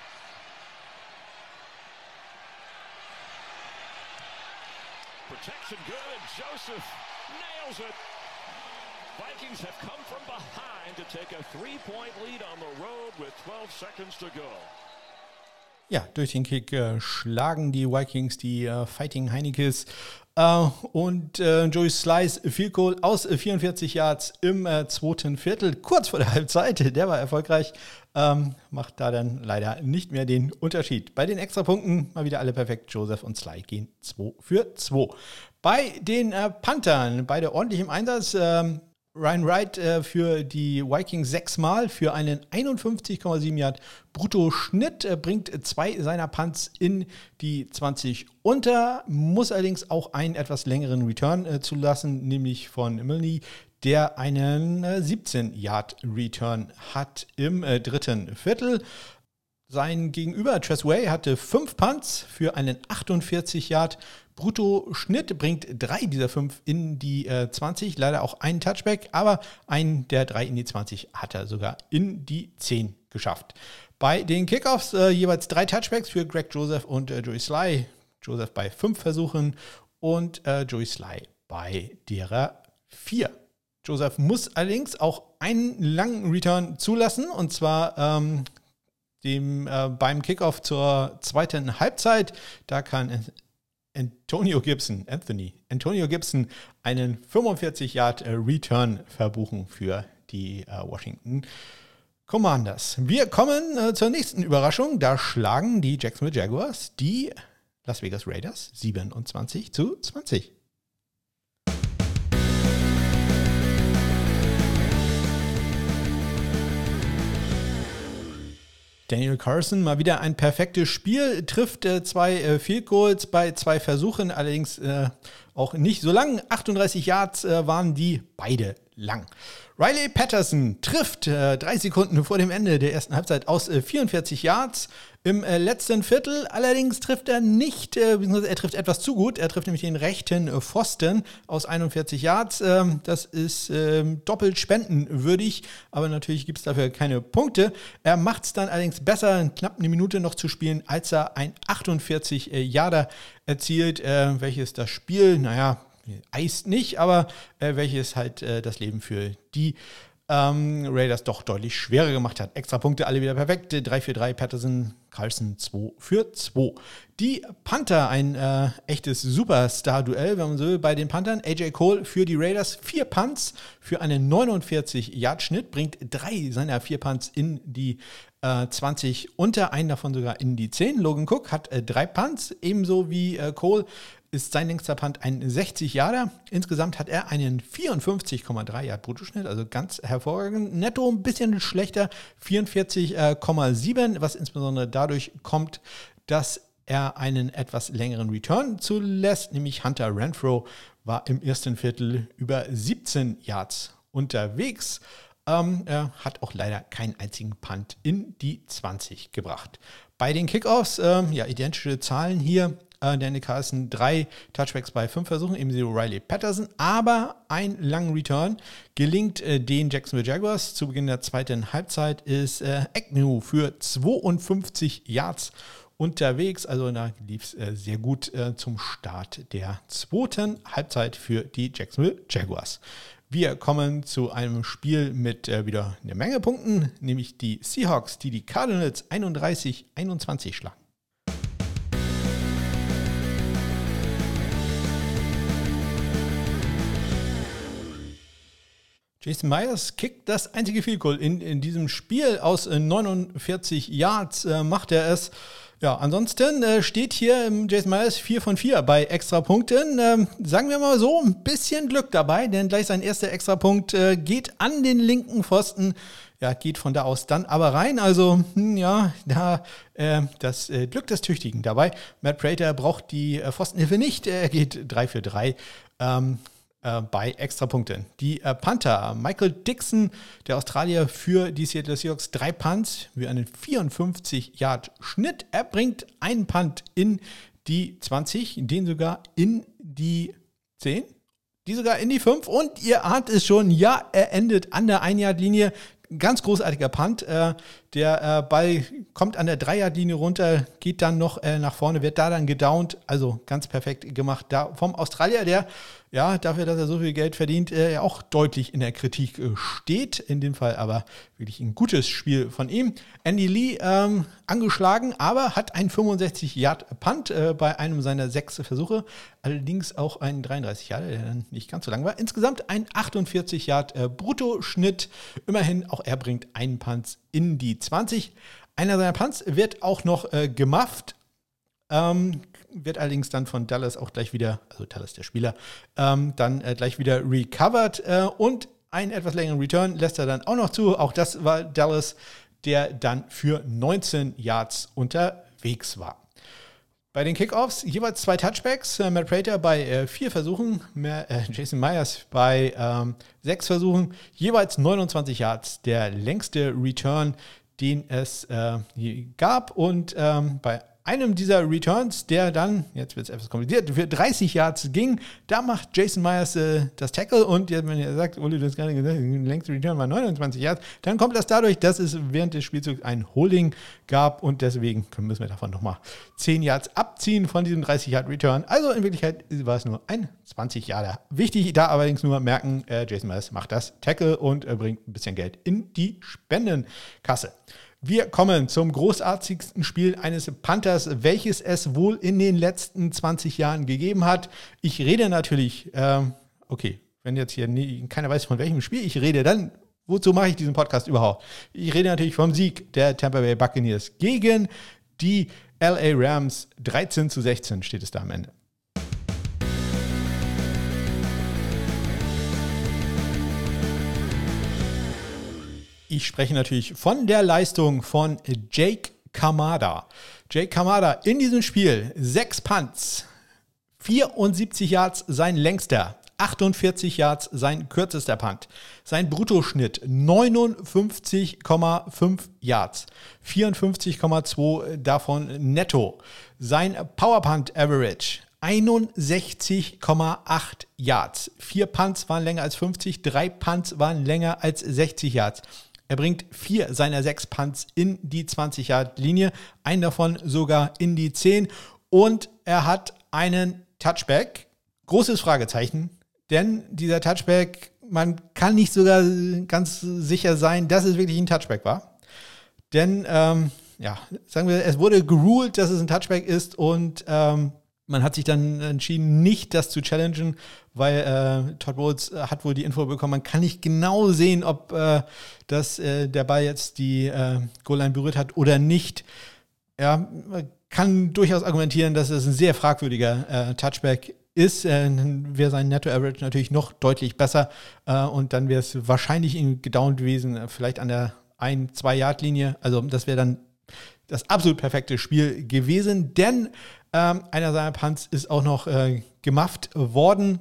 Protection good. Joseph nails it. Vikings have come from behind to take a three-point lead on the road with twelve seconds to go. Ja, durch den Kick äh, schlagen die Vikings die äh, Fighting Heinekes äh, und äh, Joey Slice Field Goal aus äh, vierundvierzig Yards im äh, zweiten Viertel, kurz vor der Halbzeit, der war erfolgreich, ähm, macht da dann leider nicht mehr den Unterschied. Bei den Extrapunkten mal wieder alle perfekt, Joseph und Sly gehen zwei für zwei. Bei den äh, Panthern, beide ordentlich im Einsatz, ähm, Ryan Wright äh, für die Vikings sechsmal für einen einundfünfzig Komma sieben Yard Bruttoschnitt, äh, bringt zwei seiner Punts in die zwanzig unter, muss allerdings auch einen etwas längeren Return äh, zulassen, nämlich von Milne, der einen äh, siebzehn Yard Return hat im äh, dritten Viertel. Sein Gegenüber, Tress Way, hatte fünf Punts für einen achtundvierzig Yard Bruttoschnitt, bringt drei dieser fünf in die äh, zwanzig, leider auch einen Touchback, aber einen der drei in die zwanzig hat er sogar in die zehn geschafft. Bei den Kickoffs äh, jeweils drei Touchbacks für Greg Joseph und äh, Joey Sly. Joseph bei fünf Versuchen und äh, Joey Sly bei derer vier. Joseph muss allerdings auch einen langen Return zulassen, und zwar ähm, dem, äh, beim Kickoff zur zweiten Halbzeit. Da kann Antonio Gibson, Anthony, Antonio Gibson einen fünfundvierzig Yard Return verbuchen für die äh, Washington Commanders. Wir kommen äh, zur nächsten Überraschung. Da schlagen die Jacksonville Jaguars die Las Vegas Raiders siebenundzwanzig zu zwanzig. Daniel Carlson, mal wieder ein perfektes Spiel, trifft äh, zwei äh, Field Goals bei zwei Versuchen, allerdings äh, auch nicht so lang. achtunddreißig Yards äh, waren die beide lang. Riley Patterson trifft äh, drei Sekunden vor dem Ende der ersten Halbzeit aus äh, vierundvierzig Yards im äh, letzten Viertel. Allerdings trifft er nicht, äh, beziehungsweise er trifft etwas zu gut. Er trifft nämlich den rechten äh, Pfosten aus einundvierzig Yards. Ähm, das ist äh, doppelt spendenwürdig, aber natürlich gibt es dafür keine Punkte. Er macht es dann allerdings besser, knapp eine Minute noch zu spielen, als er ein achtundvierzig Yarder erzielt, äh, welches das Spiel, naja, eist nicht, aber äh, welches halt äh, das Leben für die ähm, Raiders doch deutlich schwerer gemacht hat. Extra Punkte alle wieder perfekt. drei für drei, Patterson, Carlson zwei für zwei. Die Panther, ein äh, echtes Superstar-Duell, wenn man so will, bei den Panthern. A J Cole für die Raiders, vier Punts für einen neunundvierzig Yard Schnitt, bringt drei seiner vier Punts in die äh, zwanzig unter, einen davon sogar in die zehn. Logan Cook hat äh, drei Punts, ebenso wie äh, Cole. Ist sein längster Punt ein sechzig Yarder. Insgesamt hat er einen vierundfünfzig Komma drei Yard Bruttoschnitt, also ganz hervorragend. Netto ein bisschen schlechter, vierundvierzig Komma sieben, was insbesondere dadurch kommt, dass er einen etwas längeren Return zulässt, nämlich Hunter Renfrow war im ersten Viertel über siebzehn Yards unterwegs. Ähm, er hat auch leider keinen einzigen Punt in die zwanzig gebracht. Bei den Kickoffs, ähm, ja, identische Zahlen hier. Äh, Daniel Carlson drei Touchbacks bei fünf Versuchen, ebenso Riley Patterson. Aber ein langen Return gelingt äh, den Jacksonville Jaguars. Zu Beginn der zweiten Halbzeit ist äh, Agnew für zweiundfünfzig Yards unterwegs. Also da lief es äh, sehr gut äh, zum Start der zweiten Halbzeit für die Jacksonville Jaguars. Wir kommen zu einem Spiel mit äh, wieder einer Menge Punkten, nämlich die Seahawks, die die Cardinals einunddreißig einundzwanzig schlagen. Jason Myers kickt das einzige Field Goal in, in diesem Spiel aus äh, neunundvierzig Yards, äh, macht er es. Ja, ansonsten äh, steht hier im Jason Myers vier von vier bei Extrapunkten. Ähm, sagen wir mal so, ein bisschen Glück dabei, denn gleich sein erster Extrapunkt äh, geht an den linken Pfosten. Ja, geht von da aus dann aber rein. Also, hm, ja, da äh, das äh, Glück des Tüchtigen dabei. Matt Prater braucht die äh, Pfostenhilfe nicht. Er geht drei für drei. Ähm, Äh, bei Extrapunkten. Die äh, Panther, Michael Dixon, der Australier für die Seattle Seahawks, drei Punts für einen vierundfünfzig Yard Schnitt. Er bringt einen Punt in die zwanzig, den sogar in die zehn, die sogar in die fünf und ihr ahnt es schon, ja, er endet an der ein Yard Linie. Ganz großartiger Punt. Äh, der äh, Ball kommt an der drei Yard Linie runter, geht dann noch äh, nach vorne, wird da dann gedownt. Also ganz perfekt gemacht da vom Australier, der ja dafür, dass er so viel Geld verdient, äh, auch deutlich in der Kritik äh, steht. In dem Fall aber wirklich ein gutes Spiel von ihm. Andy Lee ähm, angeschlagen, aber hat einen fünfundsechzig Yard Punt äh, bei einem seiner sechs Versuche. Allerdings auch einen dreiunddreißig Yard, der dann nicht ganz so lang war. Insgesamt ein achtundvierzig Yard äh, Bruttoschnitt. Immerhin, auch er bringt einen Punt in die zwanzig. Einer seiner Punts wird auch noch äh, gemufft. Ähm, wird allerdings dann von Dallas auch gleich wieder, also Dallas der Spieler, ähm, dann äh, gleich wieder recovered. Äh, und einen etwas längeren Return lässt er dann auch noch zu. Auch das war Dallas, der dann für neunzehn Yards unterwegs war. Bei den Kickoffs jeweils zwei Touchbacks. Äh, Matt Prater bei äh, vier Versuchen, mehr, äh, Jason Myers bei ähm, sechs Versuchen, jeweils neunundzwanzig Yards. Der längste Return, den es äh, gab. Und ähm, bei einem dieser Returns, der dann, jetzt wird es etwas kompliziert, für dreißig Yards ging, da macht Jason Myers äh, das Tackle und jetzt, wenn ihr sagt, Uli, du hast gerade gesagt, der längste Return war neunundzwanzig Yards, dann kommt das dadurch, dass es während des Spielzugs ein Holding gab und deswegen müssen wir davon nochmal zehn Yards abziehen von diesem dreißig Yard Return. Also in Wirklichkeit war es nur ein zwanzig Yarder. Wichtig da allerdings nur merken, äh, Jason Myers macht das Tackle und äh, bringt ein bisschen Geld in die Spendenkasse. Wir kommen zum großartigsten Spiel eines Panthers, welches es wohl in den letzten zwanzig Jahren gegeben hat. Ich rede natürlich, ähm, okay, wenn jetzt hier nie, keiner weiß, von welchem Spiel ich rede, dann wozu mache ich diesen Podcast überhaupt? Ich rede natürlich vom Sieg der Tampa Bay Buccaneers gegen die L A Rams. dreizehn zu sechzehn steht es da am Ende. Ich spreche natürlich von der Leistung von Jake Kamada. Jake Kamada in diesem Spiel sechs Punts, vierundsiebzig Yards sein längster, achtundvierzig Yards sein kürzester Punt. Sein Bruttoschnitt neunundfünfzig Komma fünf Yards, vierundfünfzig Komma zwei davon netto. Sein Powerpunt Average einundsechzig Komma acht Yards. Vier Punts waren länger als fünfzig, drei Punts waren länger als sechzig Yards. Er bringt vier seiner sechs Punts in die zwanzig Yard Linie, einen davon sogar in die zehn und er hat einen Touchback. Großes Fragezeichen, denn dieser Touchback, man kann nicht sogar ganz sicher sein, dass es wirklich ein Touchback war. Denn, ähm, ja, sagen wir, es wurde geruled, dass es ein Touchback ist und ähm, man hat sich dann entschieden, nicht das zu challengen, weil äh, Todd Bowles hat wohl die Info bekommen, man kann nicht genau sehen, ob äh, das, äh, der Ball jetzt die äh, Goal-Line berührt hat oder nicht. Ja, man kann durchaus argumentieren, dass es ein sehr fragwürdiger äh, Touchback ist. Äh, dann wäre sein Netto-Average natürlich noch deutlich besser äh, und dann wäre es wahrscheinlich gedownt gewesen, vielleicht an der ein-, zwei Yard Linie. Also das wäre dann das absolut perfekte Spiel gewesen, denn ähm, einer seiner Punts ist auch noch äh, gemufft worden.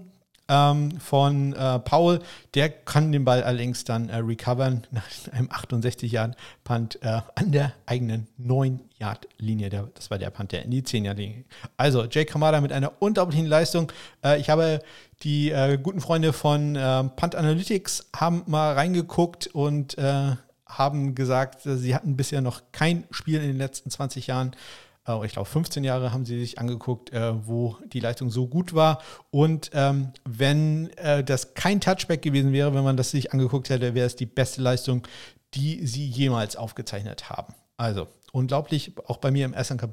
ähm, von äh, Powell. Der kann den Ball allerdings dann äh, recovern nach einem achtundsechzig-Yard-Punt äh, an der eigenen neun-Yard-Linie. Das war der Punt, der in die zehn-Yard-Linie. Also Jake Kamada mit einer unglaublichen Leistung. Äh, ich habe die äh, guten Freunde von äh, Punt Analytics haben mal reingeguckt und äh, haben gesagt, sie hatten bisher noch kein Spiel in den letzten zwanzig Jahren, äh, ich glaube fünfzehn Jahre haben sie sich angeguckt, äh, wo die Leistung so gut war. Und ähm, wenn äh, das kein Touchback gewesen wäre, wenn man das sich angeguckt hätte, wäre es die beste Leistung, die sie jemals aufgezeichnet haben. Also unglaublich, auch bei mir im S M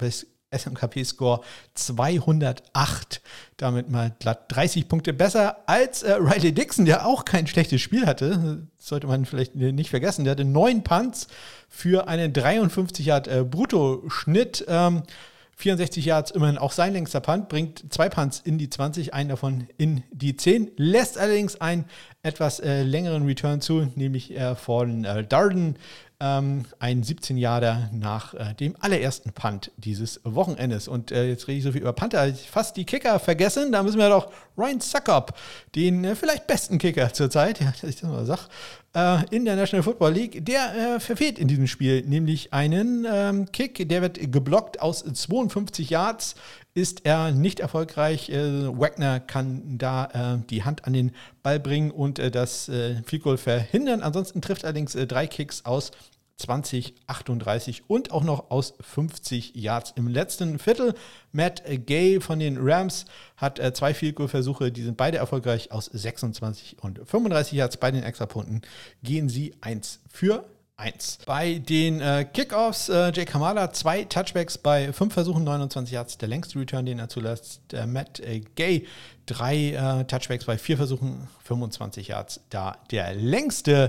K P-Score zweihundertacht, damit mal glatt dreißig Punkte besser als äh, Riley Dixon, der auch kein schlechtes Spiel hatte, das sollte man vielleicht nicht vergessen, der hatte neun Punts für einen dreiundfünfzig Yard äh, Bruttoschnitt, ähm, vierundsechzig Yards, immerhin auch sein längster Punt, bringt zwei Punts in die zwanzig, einen davon in die zehn, lässt allerdings einen etwas äh, längeren Return zu, nämlich äh, von äh, Darden, ähm, ein siebzehn-Yarder nach äh, dem allerersten Punt dieses Wochenendes. Und äh, jetzt rede ich so viel über Panther, ich fast die Kicker vergessen, da müssen wir doch Ryan Succop, den äh, vielleicht besten Kicker zurzeit, ja, dass ich das mal sage, äh, in der National Football League, der äh, verfehlt in diesem Spiel, nämlich einen ähm, Kick, der wird geblockt aus zweiundfünfzig Yards, ist er nicht erfolgreich. Äh, Wagner kann da äh, die Hand an den Ball bringen und äh, das äh, Field Goal verhindern. Ansonsten trifft allerdings äh, drei Kicks aus zwanzig, achtunddreißig und auch noch aus fünfzig Yards im letzten Viertel. Matt Gay von den Rams hat äh, zwei Field Goal Versuche, die sind beide erfolgreich. Aus sechsundzwanzig und fünfunddreißig Yards bei den Extrapunkten gehen sie eins für eins. Bei den äh, Kickoffs, äh, Jake Kamada, zwei Touchbacks bei fünf Versuchen, neunundzwanzig Yards, der längste Return, den er zulässt. Äh, Matt äh, Gay, drei äh, Touchbacks bei vier Versuchen, fünfundzwanzig Yards, da der längste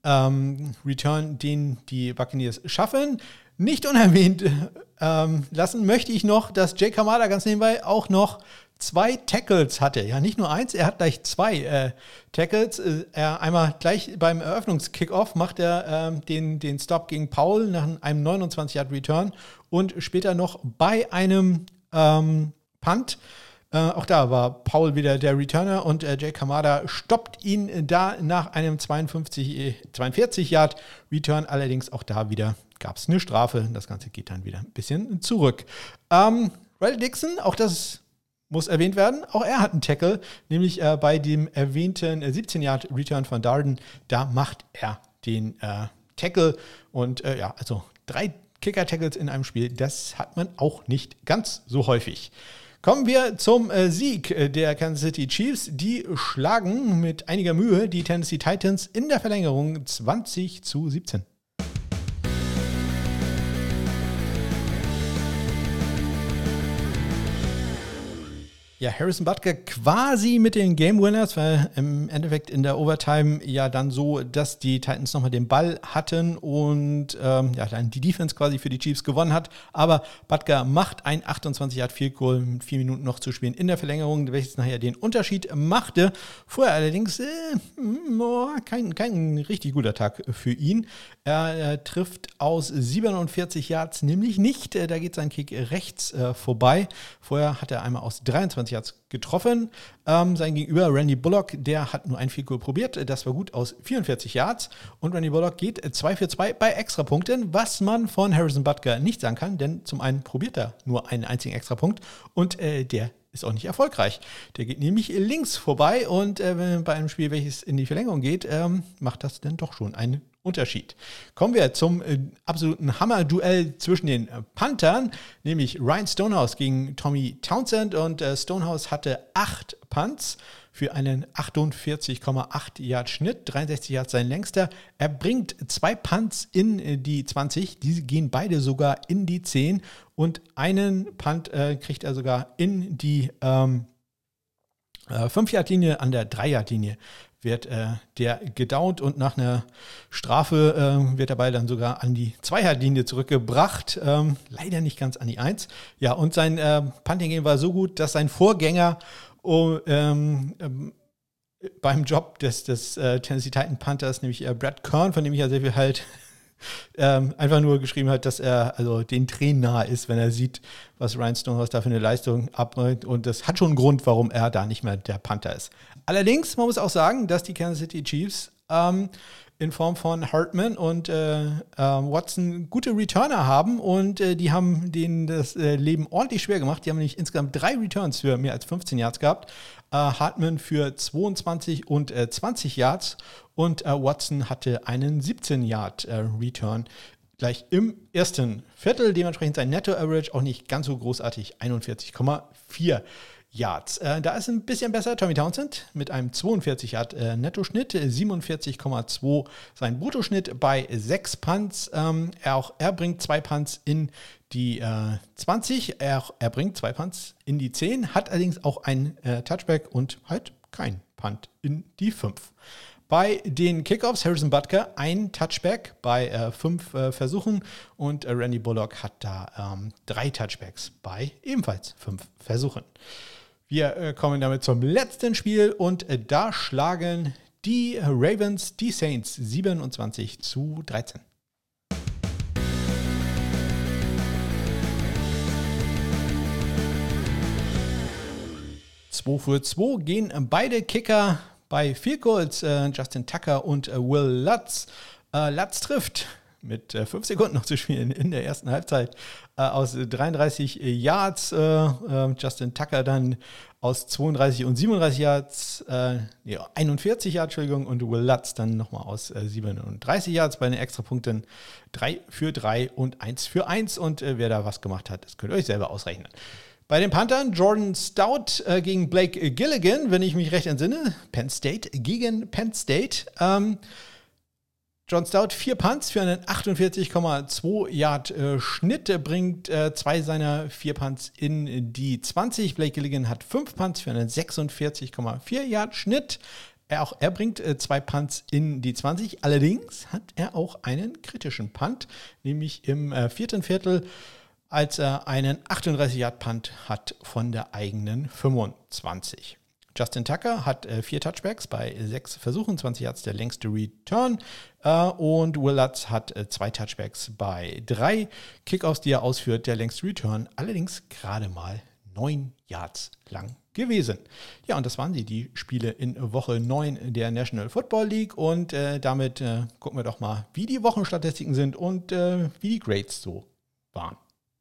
ähm, Return, den die Buccaneers schaffen. Nicht unerwähnt ähm, lassen möchte ich noch, dass Jake Kamada ganz nebenbei auch noch zwei Tackles hatte. Ja, nicht nur eins, er hat gleich zwei äh, Tackles. Äh, er einmal gleich beim Eröffnungskickoff macht er ähm, den, den Stop gegen Powell nach einem neunundzwanzig Yard Return und später noch bei einem ähm, Punt. Äh, auch da war Powell wieder der Returner und äh, Jake Kamada stoppt ihn da nach einem zweiundfünfzig, zweiundvierzig Yard Return. Allerdings auch da wieder gab es eine Strafe. Das Ganze geht dann wieder ein bisschen zurück. Ähm, Riley Dixon, auch das muss erwähnt werden. Auch er hat einen Tackle, nämlich äh, bei dem erwähnten äh, siebzehn Yard Return von Darden. Da macht er den äh, Tackle und äh, ja, also drei Kicker-Tackles in einem Spiel, das hat man auch nicht ganz so häufig. Kommen wir zum äh, Sieg der Kansas City Chiefs. Die schlagen mit einiger Mühe die Tennessee Titans in der Verlängerung zwanzig zu siebzehn. Ja, Harrison Butker quasi mit den Game Winners, weil im Endeffekt in der Overtime ja dann so, dass die Titans nochmal den Ball hatten und ähm, ja, dann die Defense quasi für die Chiefs gewonnen hat. Aber Butker macht ein achtundzwanzig Yard Field Goal mit vier Minuten noch zu spielen in der Verlängerung, welches nachher den Unterschied machte. Vorher allerdings äh, oh, kein, kein richtig guter Tag für ihn. Er äh, trifft aus siebenundvierzig Yards nämlich nicht. Äh, da geht sein Kick rechts äh, vorbei. Vorher hat er einmal aus dreiundzwanzig Yards getroffen. Ähm, sein Gegenüber Randy Bullock, der hat nur ein Field Goal probiert. Das war gut aus vierundvierzig Yards. Und Randy Bullock geht zwei für zwei bei Extrapunkten, was man von Harrison Butker nicht sagen kann, denn zum einen probiert er nur einen einzigen Extrapunkt und äh, der ist auch nicht erfolgreich. Der geht nämlich links vorbei und äh, bei einem Spiel, welches in die Verlängerung geht, ähm, macht das dann doch schon einen Unterschied. Kommen wir zum äh, absoluten Hammer-Duell zwischen den äh, Panthern, nämlich Ryan Stonehouse gegen Tommy Townsend und äh, Stonehouse hatte acht Punts für einen achtundvierzig Komma acht Yard Schnitt, dreiundsechzig Yards sein längster. Er bringt zwei Punts in äh, die zwanzig, diese gehen beide sogar in die zehn und einen Punt äh, kriegt er sogar in die ähm, äh, fünf Yard Linie, an der drei Yard Linie wird äh, der gedownt und nach einer Strafe äh, wird der Ball dann sogar an die zwei Yard Linie zurückgebracht. Ähm, leider nicht ganz an die eins. Ja, und sein äh, Punting-Game war so gut, dass sein Vorgänger oh, ähm, ähm, beim Job des, des äh, Tennessee Titan Panthers, nämlich äh, Brad Kern, von dem ich ja sehr viel halt, ähm, einfach nur geschrieben hat, dass er also den Tränen nahe ist, wenn er sieht, was Ryan Stonehouse da für eine Leistung abbringt. Und das hat schon einen Grund, warum er da nicht mehr der Panther ist. Allerdings, man muss auch sagen, dass die Kansas City Chiefs ähm, in Form von Hartman und äh, äh, Watson gute Returner haben und äh, die haben denen das äh, Leben ordentlich schwer gemacht. Die haben nämlich insgesamt drei Returns für mehr als fünfzehn Yards gehabt. Äh, Hartman für zweiundzwanzig und äh, zwanzig Yards und äh, Watson hatte einen siebzehn Yard äh, Return gleich im ersten Viertel. Dementsprechend sein Netto-Average auch nicht ganz so großartig, einundvierzig Komma vier Yards. Äh, da ist ein bisschen besser Tommy Townsend mit einem zweiundvierzig Yard äh, Nettoschnitt, siebenundvierzig Komma zwei sein Bruttoschnitt bei sechs Punts. Ähm, er, auch, er bringt zwei Punts in die äh, zwanzig, er, er bringt zwei Punts in die zehn, hat allerdings auch ein äh, Touchback und halt kein Punt in die fünf. Bei den Kickoffs Harrison Butker ein Touchback bei äh, fünf äh, Versuchen und äh, Randy Bullock hat da ähm, drei Touchbacks bei ebenfalls fünf Versuchen. Wir äh, kommen damit zum letzten Spiel und äh, da schlagen die Ravens die Saints siebenundzwanzig zu dreizehn. zwei für zwei gehen beide Kicker bei Field Goals, äh, Justin Tucker und äh, Will Lutz. Äh, Lutz trifft mit äh, fünf Sekunden noch zu spielen in der ersten Halbzeit äh, aus dreiunddreißig Yards. Äh, äh, Justin Tucker dann aus zweiunddreißig und siebenunddreißig Yards, äh, nee, einundvierzig Yards, Entschuldigung, und Will Lutz dann nochmal aus äh, siebenunddreißig Yards bei den Extrapunkten. drei für drei und eins für eins. Und äh, wer da was gemacht hat, das könnt ihr euch selber ausrechnen. Bei den Panthern Jordan Stout äh, gegen Blake Gilligan, wenn ich mich recht entsinne. Penn State gegen Penn State. Ähm, John Stout vier Punts für einen achtundvierzig Komma zwei Yard äh, Schnitt. Er bringt äh, zwei seiner vier Punts in die zwanzig. Blake Gilligan hat fünf Punts für einen sechsundvierzig Komma vier Yard Schnitt. Er, auch, er bringt äh, zwei Punts in die zwanzig. Allerdings hat er auch einen kritischen Punt, nämlich im äh, vierten Viertel, als er einen achtunddreißig Yard Punt hat von der eigenen fünfundzwanzig. Justin Tucker hat äh, vier Touchbacks bei sechs Versuchen, zwanzig Yards der längste Return. Äh, und Will Lutz hat äh, zwei Touchbacks bei drei Kickoffs, die er ausführt, der längste Return. Allerdings gerade mal neun Yards lang gewesen. Ja, und das waren sie, die Spiele in Woche neun der National Football League. Und äh, damit äh, gucken wir doch mal, wie die Wochenstatistiken sind und äh, wie die Grades so waren.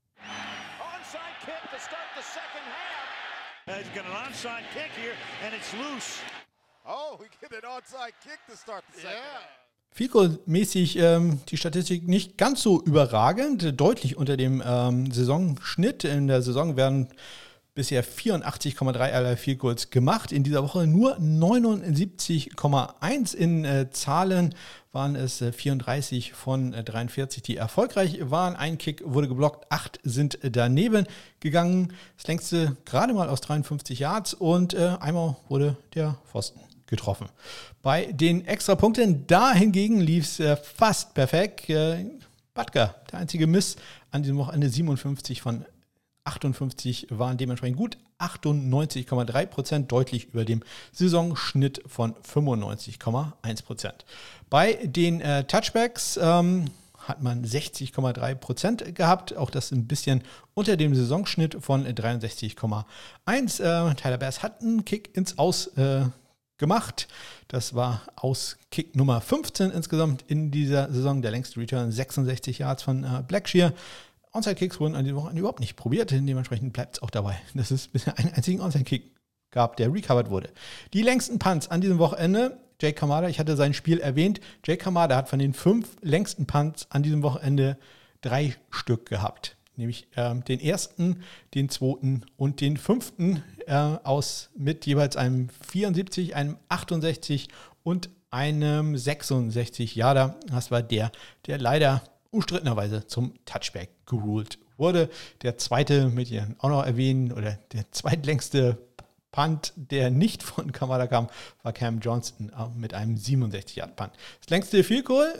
He's got an onside kick here, and it's loose. Oh, we get an onside kick to start the second half. Field Goal-mäßig ähm, die Statistik nicht ganz so überragend, deutlich unter dem ähm, Saisonschnitt. In der Saison werden bisher vierundachtzig Komma drei aller Field Goals gemacht. In dieser Woche nur neunundsiebzig Komma eins. In äh, Zahlen waren es äh, vierunddreißig von äh, dreiundvierzig, die erfolgreich waren. Ein Kick wurde geblockt, acht sind äh, daneben gegangen. Das längste gerade mal aus dreiundfünfzig Yards und äh, einmal wurde der Pfosten getroffen. Bei den Extrapunkten, da hingegen lief es äh, fast perfekt. Äh, Butker, der einzige Miss an diesem Wochenende, siebenundfünfzig von achtundfünfzig waren dementsprechend gut. achtundneunzig Komma drei Prozent, deutlich über dem Saisonschnitt von fünfundneunzig Komma eins Prozent. Bei den äh, Touchbacks ähm, hat man sechzig Komma drei Prozent gehabt. Auch das ein bisschen unter dem Saisonschnitt von dreiundsechzig Komma eins. Äh, Tyler Bass hat einen Kick ins Aus äh, gemacht. Das war aus Kick Nummer fünfzehn insgesamt in dieser Saison. Der längste Return, sechsundsechzig Yards von äh, Blackshear. Onside-Kicks wurden an den Wochen überhaupt nicht probiert. Dementsprechend bleibt es auch dabei, dass es bisher einen einzigen Onside-Kick gab, der recovered wurde. Die längsten Punts an diesem Wochenende, Jake Kamada, ich hatte sein Spiel erwähnt. Jake Kamada hat von den fünf längsten Punts an diesem Wochenende drei Stück gehabt. Nämlich ähm, den ersten, den zweiten und den fünften äh, aus mit jeweils einem vierundsiebzig, einem achtundsechzig und einem sechsundsechzig Yarder. Das war der, der leider umstrittenerweise zum Touchback geruled wurde. Der zweite, mit Ihnen auch noch erwähnen, oder der zweitlängste Punt, der nicht von Kamada kam, war Cam Johnston mit einem siebenundsechzig Yard Punt. Das längste Field Goal,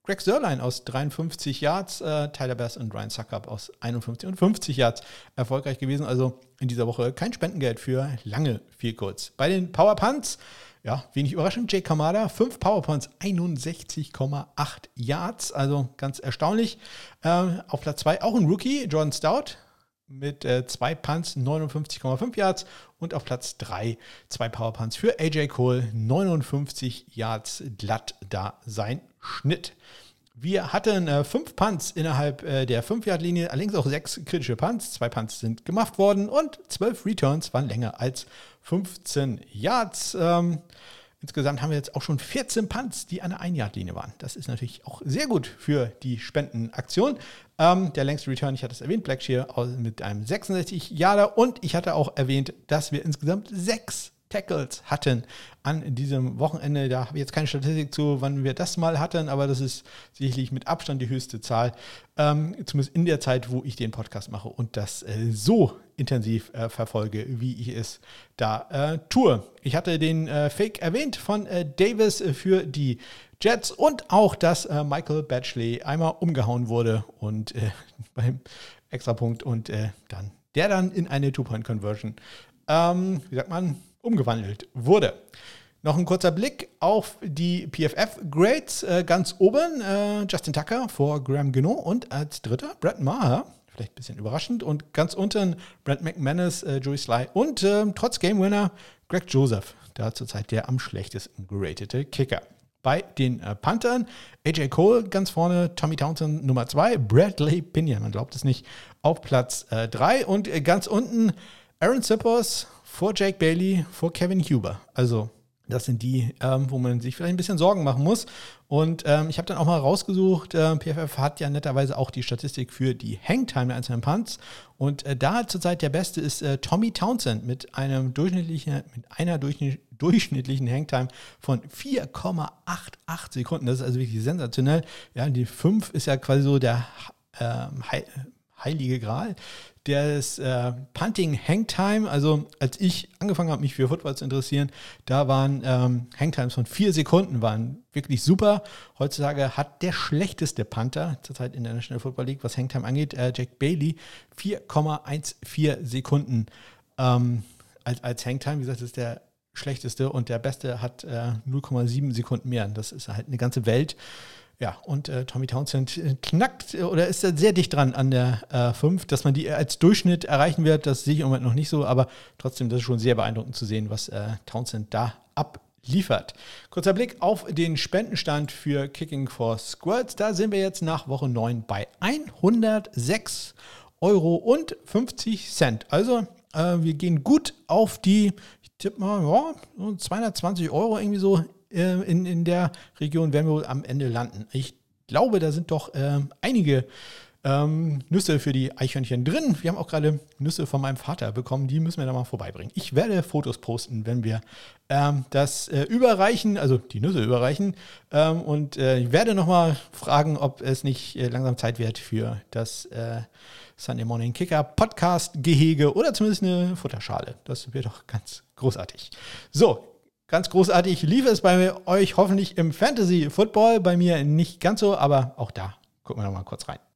Greg Zuerlein aus dreiundfünfzig Yards, äh, Tyler Bass und Ryan Suckup aus einundfünfzig und fünfzig Yards erfolgreich gewesen. Also in dieser Woche kein Spendengeld für lange Field Goals. Bei den Power Punts, ja, wenig überraschend, Jake Kamada, fünf Power Punts, einundsechzig Komma acht Yards, also ganz erstaunlich. Äh, auf Platz zwei auch ein Rookie, Jordan Stout, mit äh, zwei Punts, neunundfünfzig Komma fünf Yards. Und auf Platz drei zwei Power Punts für A J Cole, neunundfünfzig Yards glatt da sein Schnitt. Wir hatten äh, fünf Punts innerhalb äh, der fünf-Yard-Linie, allerdings auch sechs kritische Punts. Zwei Punts sind gemufft worden und zwölf Returns waren länger als fünfzehn Yards. Ähm, insgesamt haben wir jetzt auch schon vierzehn Punts, die an der ein-Yard-Linie waren. Das ist natürlich auch sehr gut für die Spendenaktion. Ähm, der längste Return, ich hatte es erwähnt, Blackshear mit einem sechsundsechzig Yarder. Und ich hatte auch erwähnt, dass wir insgesamt sechs Tackles hatten an diesem Wochenende. Da habe ich jetzt keine Statistik zu, wann wir das mal hatten, aber das ist sicherlich mit Abstand die höchste Zahl, ähm, zumindest in der Zeit, wo ich den Podcast mache und das äh, so intensiv äh, verfolge, wie ich es da äh, tue. Ich hatte den äh, Fake erwähnt von äh, Davis für die Jets und auch, dass äh, Michael Batchley einmal umgehauen wurde und äh, beim Extrapunkt und äh, dann der dann in eine Two-Point-Conversion, ähm, wie sagt man, umgewandelt wurde. Noch ein kurzer Blick auf die P F F-Grades. Äh, ganz oben äh, Justin Tucker vor Graham Gano und als dritter Brett Maher. Vielleicht ein bisschen überraschend. Und ganz unten Brent McManus, äh, Joey Sly und äh, trotz Game-Winner Greg Joseph. Da zurzeit der am schlechtesten geratete Kicker. Bei den äh, Panthern A J Cole ganz vorne, Tommy Townsend Nummer zwei, Bradley Pinion, man glaubt es nicht, auf Platz drei. Äh, und äh, ganz unten Aaron Sippers vor Jake Bailey, vor Kevin Huber. Also das sind die, ähm, wo man sich vielleicht ein bisschen Sorgen machen muss. Und ähm, ich habe dann auch mal rausgesucht, äh, P F F hat ja netterweise auch die Statistik für die Hangtime der einzelnen Punts. Und äh, da zurzeit der Beste ist äh, Tommy Townsend mit einem durchschnittlichen, mit einer durchschnitt, durchschnittlichen Hangtime von vier Komma achtundachtzig Sekunden. Das ist also wirklich sensationell. Ja, die fünf ist ja quasi so der ähm, He- heilige Gral. Das äh, Punting Hangtime, also als ich angefangen habe, mich für Football zu interessieren, da waren ähm, Hangtimes von vier Sekunden, waren wirklich super. Heutzutage hat der schlechteste Punter zurzeit in der National Football League, was Hangtime angeht, äh, Jack Bailey, vier Komma vierzehn Sekunden ähm, als, als Hangtime. Wie gesagt, das ist der schlechteste und der Beste hat äh, null Komma sieben Sekunden mehr. Das ist halt eine ganze Welt. Ja, und äh, Tommy Townsend knackt äh, oder ist da sehr dicht dran an der äh, fünf, dass man die als Durchschnitt erreichen wird, das sehe ich im Moment noch nicht so, aber trotzdem, das ist schon sehr beeindruckend zu sehen, was äh, Townsend da abliefert. Kurzer Blick auf den Spendenstand für Kicking for Squirts, da sind wir jetzt nach Woche neun bei hundertsechs Euro und fünfzig Cent. Also äh, wir gehen gut auf die, ich tippe mal, ja, so zweihundertzwanzig Euro irgendwie so. In, in der Region werden wir wohl am Ende landen. Ich glaube, da sind doch ähm, einige ähm, Nüsse für die Eichhörnchen drin. Wir haben auch gerade Nüsse von meinem Vater bekommen. Die müssen wir da mal vorbeibringen. Ich werde Fotos posten, wenn wir ähm, das äh, überreichen, also die Nüsse überreichen. Ähm, und äh, ich werde nochmal fragen, ob es nicht äh, langsam Zeit wird für das äh, Sunday Morning Kicker Podcast Gehege oder zumindest eine Futterschale. Das wäre doch ganz großartig. So, ganz großartig lief es bei euch hoffentlich im Fantasy Football, bei mir nicht ganz so, aber auch da gucken wir noch mal kurz rein.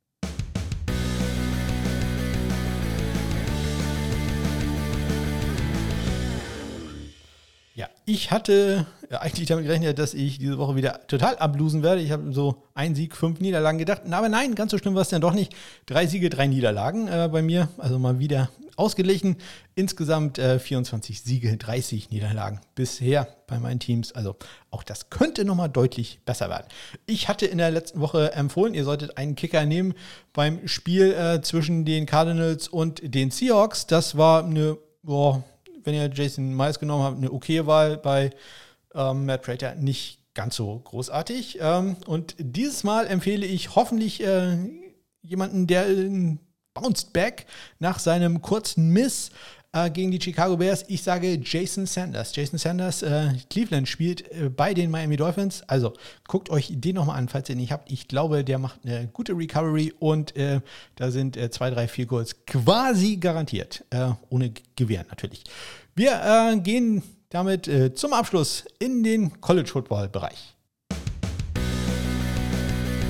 Ja, ich hatte eigentlich damit gerechnet, dass ich diese Woche wieder total ablosen werde. Ich habe so ein Sieg, fünf Niederlagen gedacht. Aber nein, ganz so schlimm war es dann doch nicht. Drei Siege, drei Niederlagen äh, bei mir. Also mal wieder ausgeglichen. Insgesamt äh, vierundzwanzig Siege, dreißig Niederlagen bisher bei meinen Teams. Also auch das könnte nochmal deutlich besser werden. Ich hatte in der letzten Woche empfohlen, ihr solltet einen Kicker nehmen beim Spiel äh, zwischen den Cardinals und den Seahawks. Das war eine, boah, wenn ihr Jason Myers genommen habt, eine okay Wahl. Bei ähm, Matt Prater nicht ganz so großartig. Ähm, und dieses Mal empfehle ich hoffentlich äh, jemanden, der äh, bounced back nach seinem kurzen Miss äh, gegen die Chicago Bears. Ich sage Jason Sanders. Jason Sanders, äh, Cleveland spielt äh, bei den Miami Dolphins. Also guckt euch den nochmal an, falls ihr ihn nicht habt. Ich glaube, der macht eine gute Recovery und äh, da sind äh, zwei, drei, vier Goals quasi garantiert. Äh, ohne Gewehr natürlich. Wir äh, gehen damit äh, zum Abschluss in den College-Football-Bereich.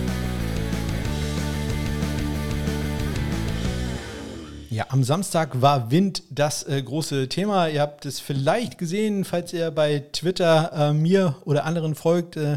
Ja, am Samstag war Wind das äh, große Thema. Ihr habt es vielleicht gesehen, falls ihr bei Twitter äh, mir oder anderen folgt. Äh,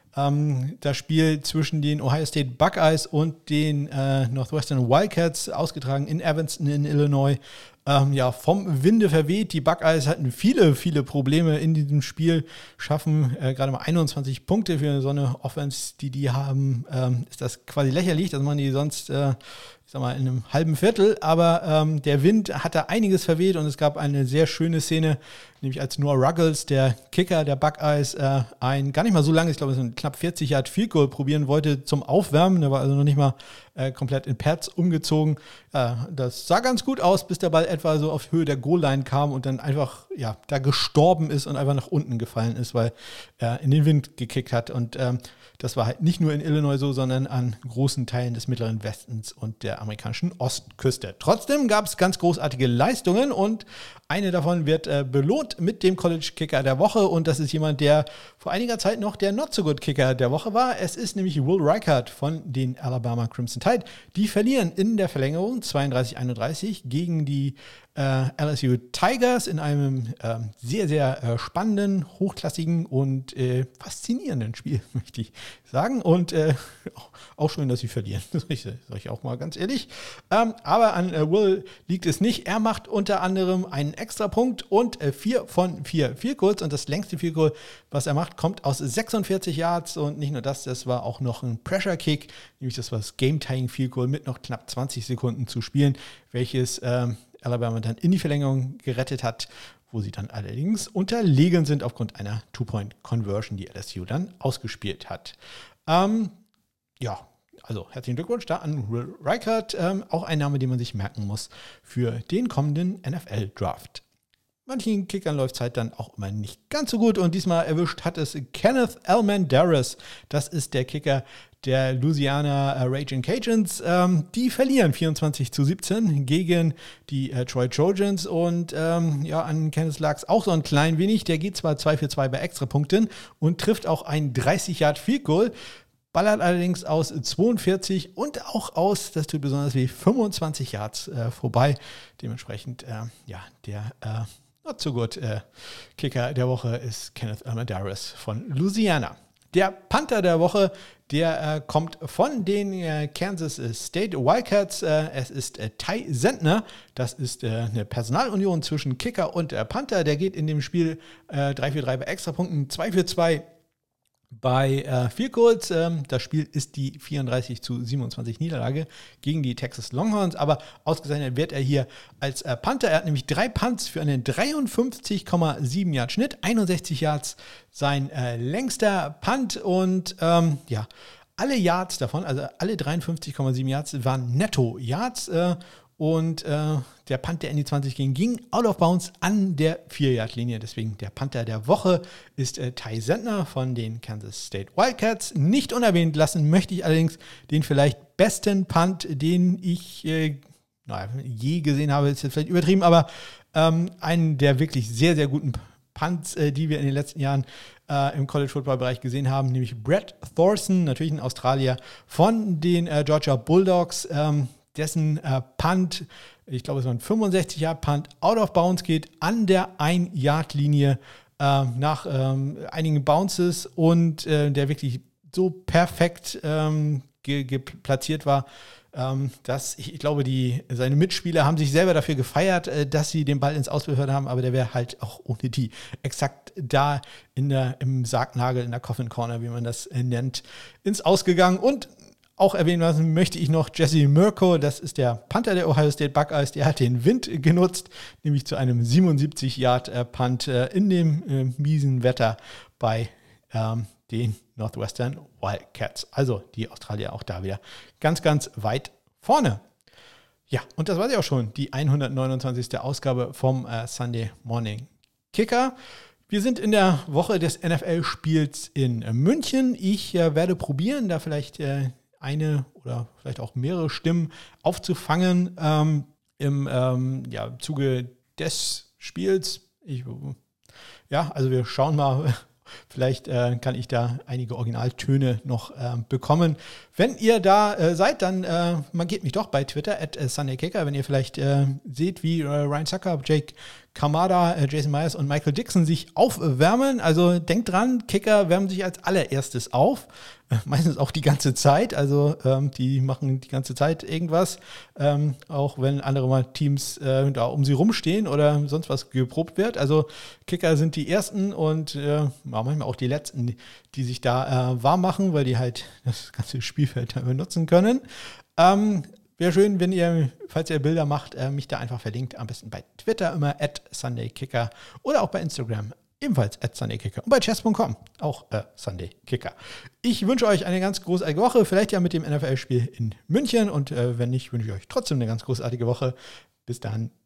ähm, das Spiel zwischen den Ohio State Buckeyes und den äh, Northwestern Wildcats, ausgetragen in Evanston in Illinois. Ähm, ja, vom Winde verweht. Die Buckeyes hatten viele, viele Probleme in diesem Spiel, schaffen äh, gerade mal einundzwanzig Punkte für so eine Offense, die die haben. Ähm, ist das quasi lächerlich, das machen die sonst, äh, ich sag mal, in einem halben Viertel. Aber ähm, der Wind hat da einiges verweht und es gab eine sehr schöne Szene, nämlich als Noah Ruggles, der Kicker der Buckeyes, äh, ein gar nicht mal so lange, ich glaube, so ein knapp vierzig Yard Field Goal probieren wollte zum Aufwärmen. Der war also noch nicht mal äh, komplett in Pads umgezogen. Äh, das sah ganz gut aus, bis der Ball etwa so auf Höhe der Goal-Line kam und dann einfach ja da gestorben ist und einfach nach unten gefallen ist, weil er in den Wind gekickt hat. Und ähm, das war halt nicht nur in Illinois so, sondern an großen Teilen des mittleren Westens und der amerikanischen Ostküste. Trotzdem gab es ganz großartige Leistungen und eine davon wird äh, belohnt mit dem College-Kicker der Woche und das ist jemand, der vor einiger Zeit noch der Not-So-Good-Kicker der Woche war. Es ist nämlich Will Reichard von den Alabama Crimson Tide. Die verlieren in der Verlängerung zweiunddreißig einunddreißig gegen die äh, L S U Tigers in einem äh, sehr, sehr äh, spannenden, hochklassigen und äh, faszinierenden Spiel, möchte ich sagen. Und äh, auch schön, dass sie verlieren, das sage ich auch mal ganz ehrlich. Ähm, aber an äh, Will liegt es nicht. Er macht unter anderem einen Extrapunkt und äh, vier von vier Field Goals. Und das längste Field Goal, was er macht, kommt aus sechsundvierzig Yards. Und nicht nur das, das war auch noch ein Pressure Kick, nämlich das war das Game-Tying Field Goal mit noch knapp zwanzig Sekunden zu spielen, welches ähm, Alabama dann in die Verlängerung gerettet hat, wo sie dann allerdings unterlegen sind aufgrund einer Two-Point-Conversion, die L S U dann ausgespielt hat. Ähm, ja, also herzlichen Glückwunsch da an Will Reichard, ähm, auch ein Name, den man sich merken muss für den kommenden N F L-Draft. Manchen Kickern läuft es halt dann auch immer nicht ganz so gut und diesmal erwischt hat es Kenneth Almendaris. Das ist der Kicker der Louisiana äh, Raging Cajuns. Ähm, die verlieren vierundzwanzig zu siebzehn gegen die äh, Troy Trojans und ähm, ja, an Kenneth lag es auch so ein klein wenig. Der geht zwar zwei für zwei bei Extrapunkten und trifft auch ein dreißig Yard Field Goal, ballert allerdings aus zweiundvierzig und auch aus, das tut besonders weh, fünfundzwanzig Yards äh, vorbei. Dementsprechend, äh, ja, der äh, not so good äh, Kicker der Woche ist Kenneth Almendaris von Louisiana. Der Panther der Woche, der äh, kommt von den äh, Kansas State Wildcats. Äh, es ist äh, Ty Sentner. Das ist äh, eine Personalunion zwischen Kicker und äh, Panther. Der geht in dem Spiel äh, drei für drei bei Extrapunkten, zwei für zwei bei äh, Field Goals. Ähm, das Spiel ist die vierunddreißig zu siebenundzwanzig Niederlage gegen die Texas Longhorns, aber ausgezeichnet wird er hier als äh, Panther. Er hat nämlich drei Punts für einen dreiundfünfzig Komma sieben Yard Schnitt, einundsechzig Yards sein äh, längster Punt und ähm, ja, alle Yards davon, also alle dreiundfünfzig Komma sieben Yards waren Netto-Yards äh, und äh, der Punt, der in die zwanzig ging, ging out of bounds an der vier Yard Linie. Deswegen der Panther der Woche ist äh, Ty Sentner von den Kansas State Wildcats. Nicht unerwähnt lassen möchte ich allerdings den vielleicht besten Punt, den ich äh, naja, je gesehen habe, ist jetzt vielleicht übertrieben, aber ähm, einen der wirklich sehr, sehr guten Punts, äh, die wir in den letzten Jahren äh, im College-Football-Bereich gesehen haben, nämlich Brett Thorson, natürlich ein Australier von den äh, Georgia Bulldogs, ähm, dessen äh, Punt, ich glaube es war ein fünfundsechzig Yard Punt, out of bounds geht an der ein Yard Linie äh, nach ähm, einigen Bounces und äh, der wirklich so perfekt ähm, ge- ge- platziert war, ähm, dass ich, ich glaube, die, seine Mitspieler haben sich selber dafür gefeiert, äh, dass sie den Ball ins Aus befördert haben, aber der wäre halt auch ohne die exakt da in der, im Sargnagel, in der Coffin Corner, wie man das äh, nennt, ins Ausgegangen. Und auch erwähnen lassen möchte ich noch Jesse Mirko, das ist der Panther der Ohio State Buckeyes, der hat den Wind genutzt, nämlich zu einem siebenundsiebzig Yard äh, Punt äh, in dem äh, miesen Wetter bei ähm, den Northwestern Wildcats. Also die Australier auch da wieder ganz, ganz weit vorne. Ja, und das war ja auch schon die hundertneunundzwanzigste Ausgabe vom äh, Sunday Morning Kicker. Wir sind in der Woche des N F L-Spiels in äh, München. Ich äh, werde probieren, da vielleicht äh, eine oder vielleicht auch mehrere Stimmen aufzufangen ähm, im ähm, ja, Zuge des Spiels. Ich, ja, also wir schauen mal, Vielleicht äh, kann ich da einige Originaltöne noch äh, bekommen. Wenn ihr da äh, seid, dann äh, markiert mich doch bei Twitter at SundayKicker, wenn ihr vielleicht äh, seht, wie äh, Ryan Sucker, Jake Kamada, äh, Jason Myers und Michael Dixon sich aufwärmen. Also denkt dran, Kicker wärmen sich als allererstes auf. Äh, meistens auch die ganze Zeit. Also ähm, die machen die ganze Zeit irgendwas. Ähm, auch wenn andere mal Teams äh, da um sie rumstehen oder sonst was geprobt wird. Also Kicker sind die Ersten und äh, manchmal auch die Letzten, die sich da äh, warm machen, weil die halt das ganze Spielfeld da benutzen können. Ähm, Wäre schön, wenn ihr, falls ihr Bilder macht, äh, mich da einfach verlinkt. Am besten bei Twitter immer at SundayKicker oder auch bei Instagram ebenfalls at SundayKicker und bei chess punkt com auch äh, SundayKicker. Ich wünsche euch eine ganz großartige Woche, vielleicht ja mit dem N F L-Spiel in München und äh, wenn nicht, wünsche ich euch trotzdem eine ganz großartige Woche. Bis dann.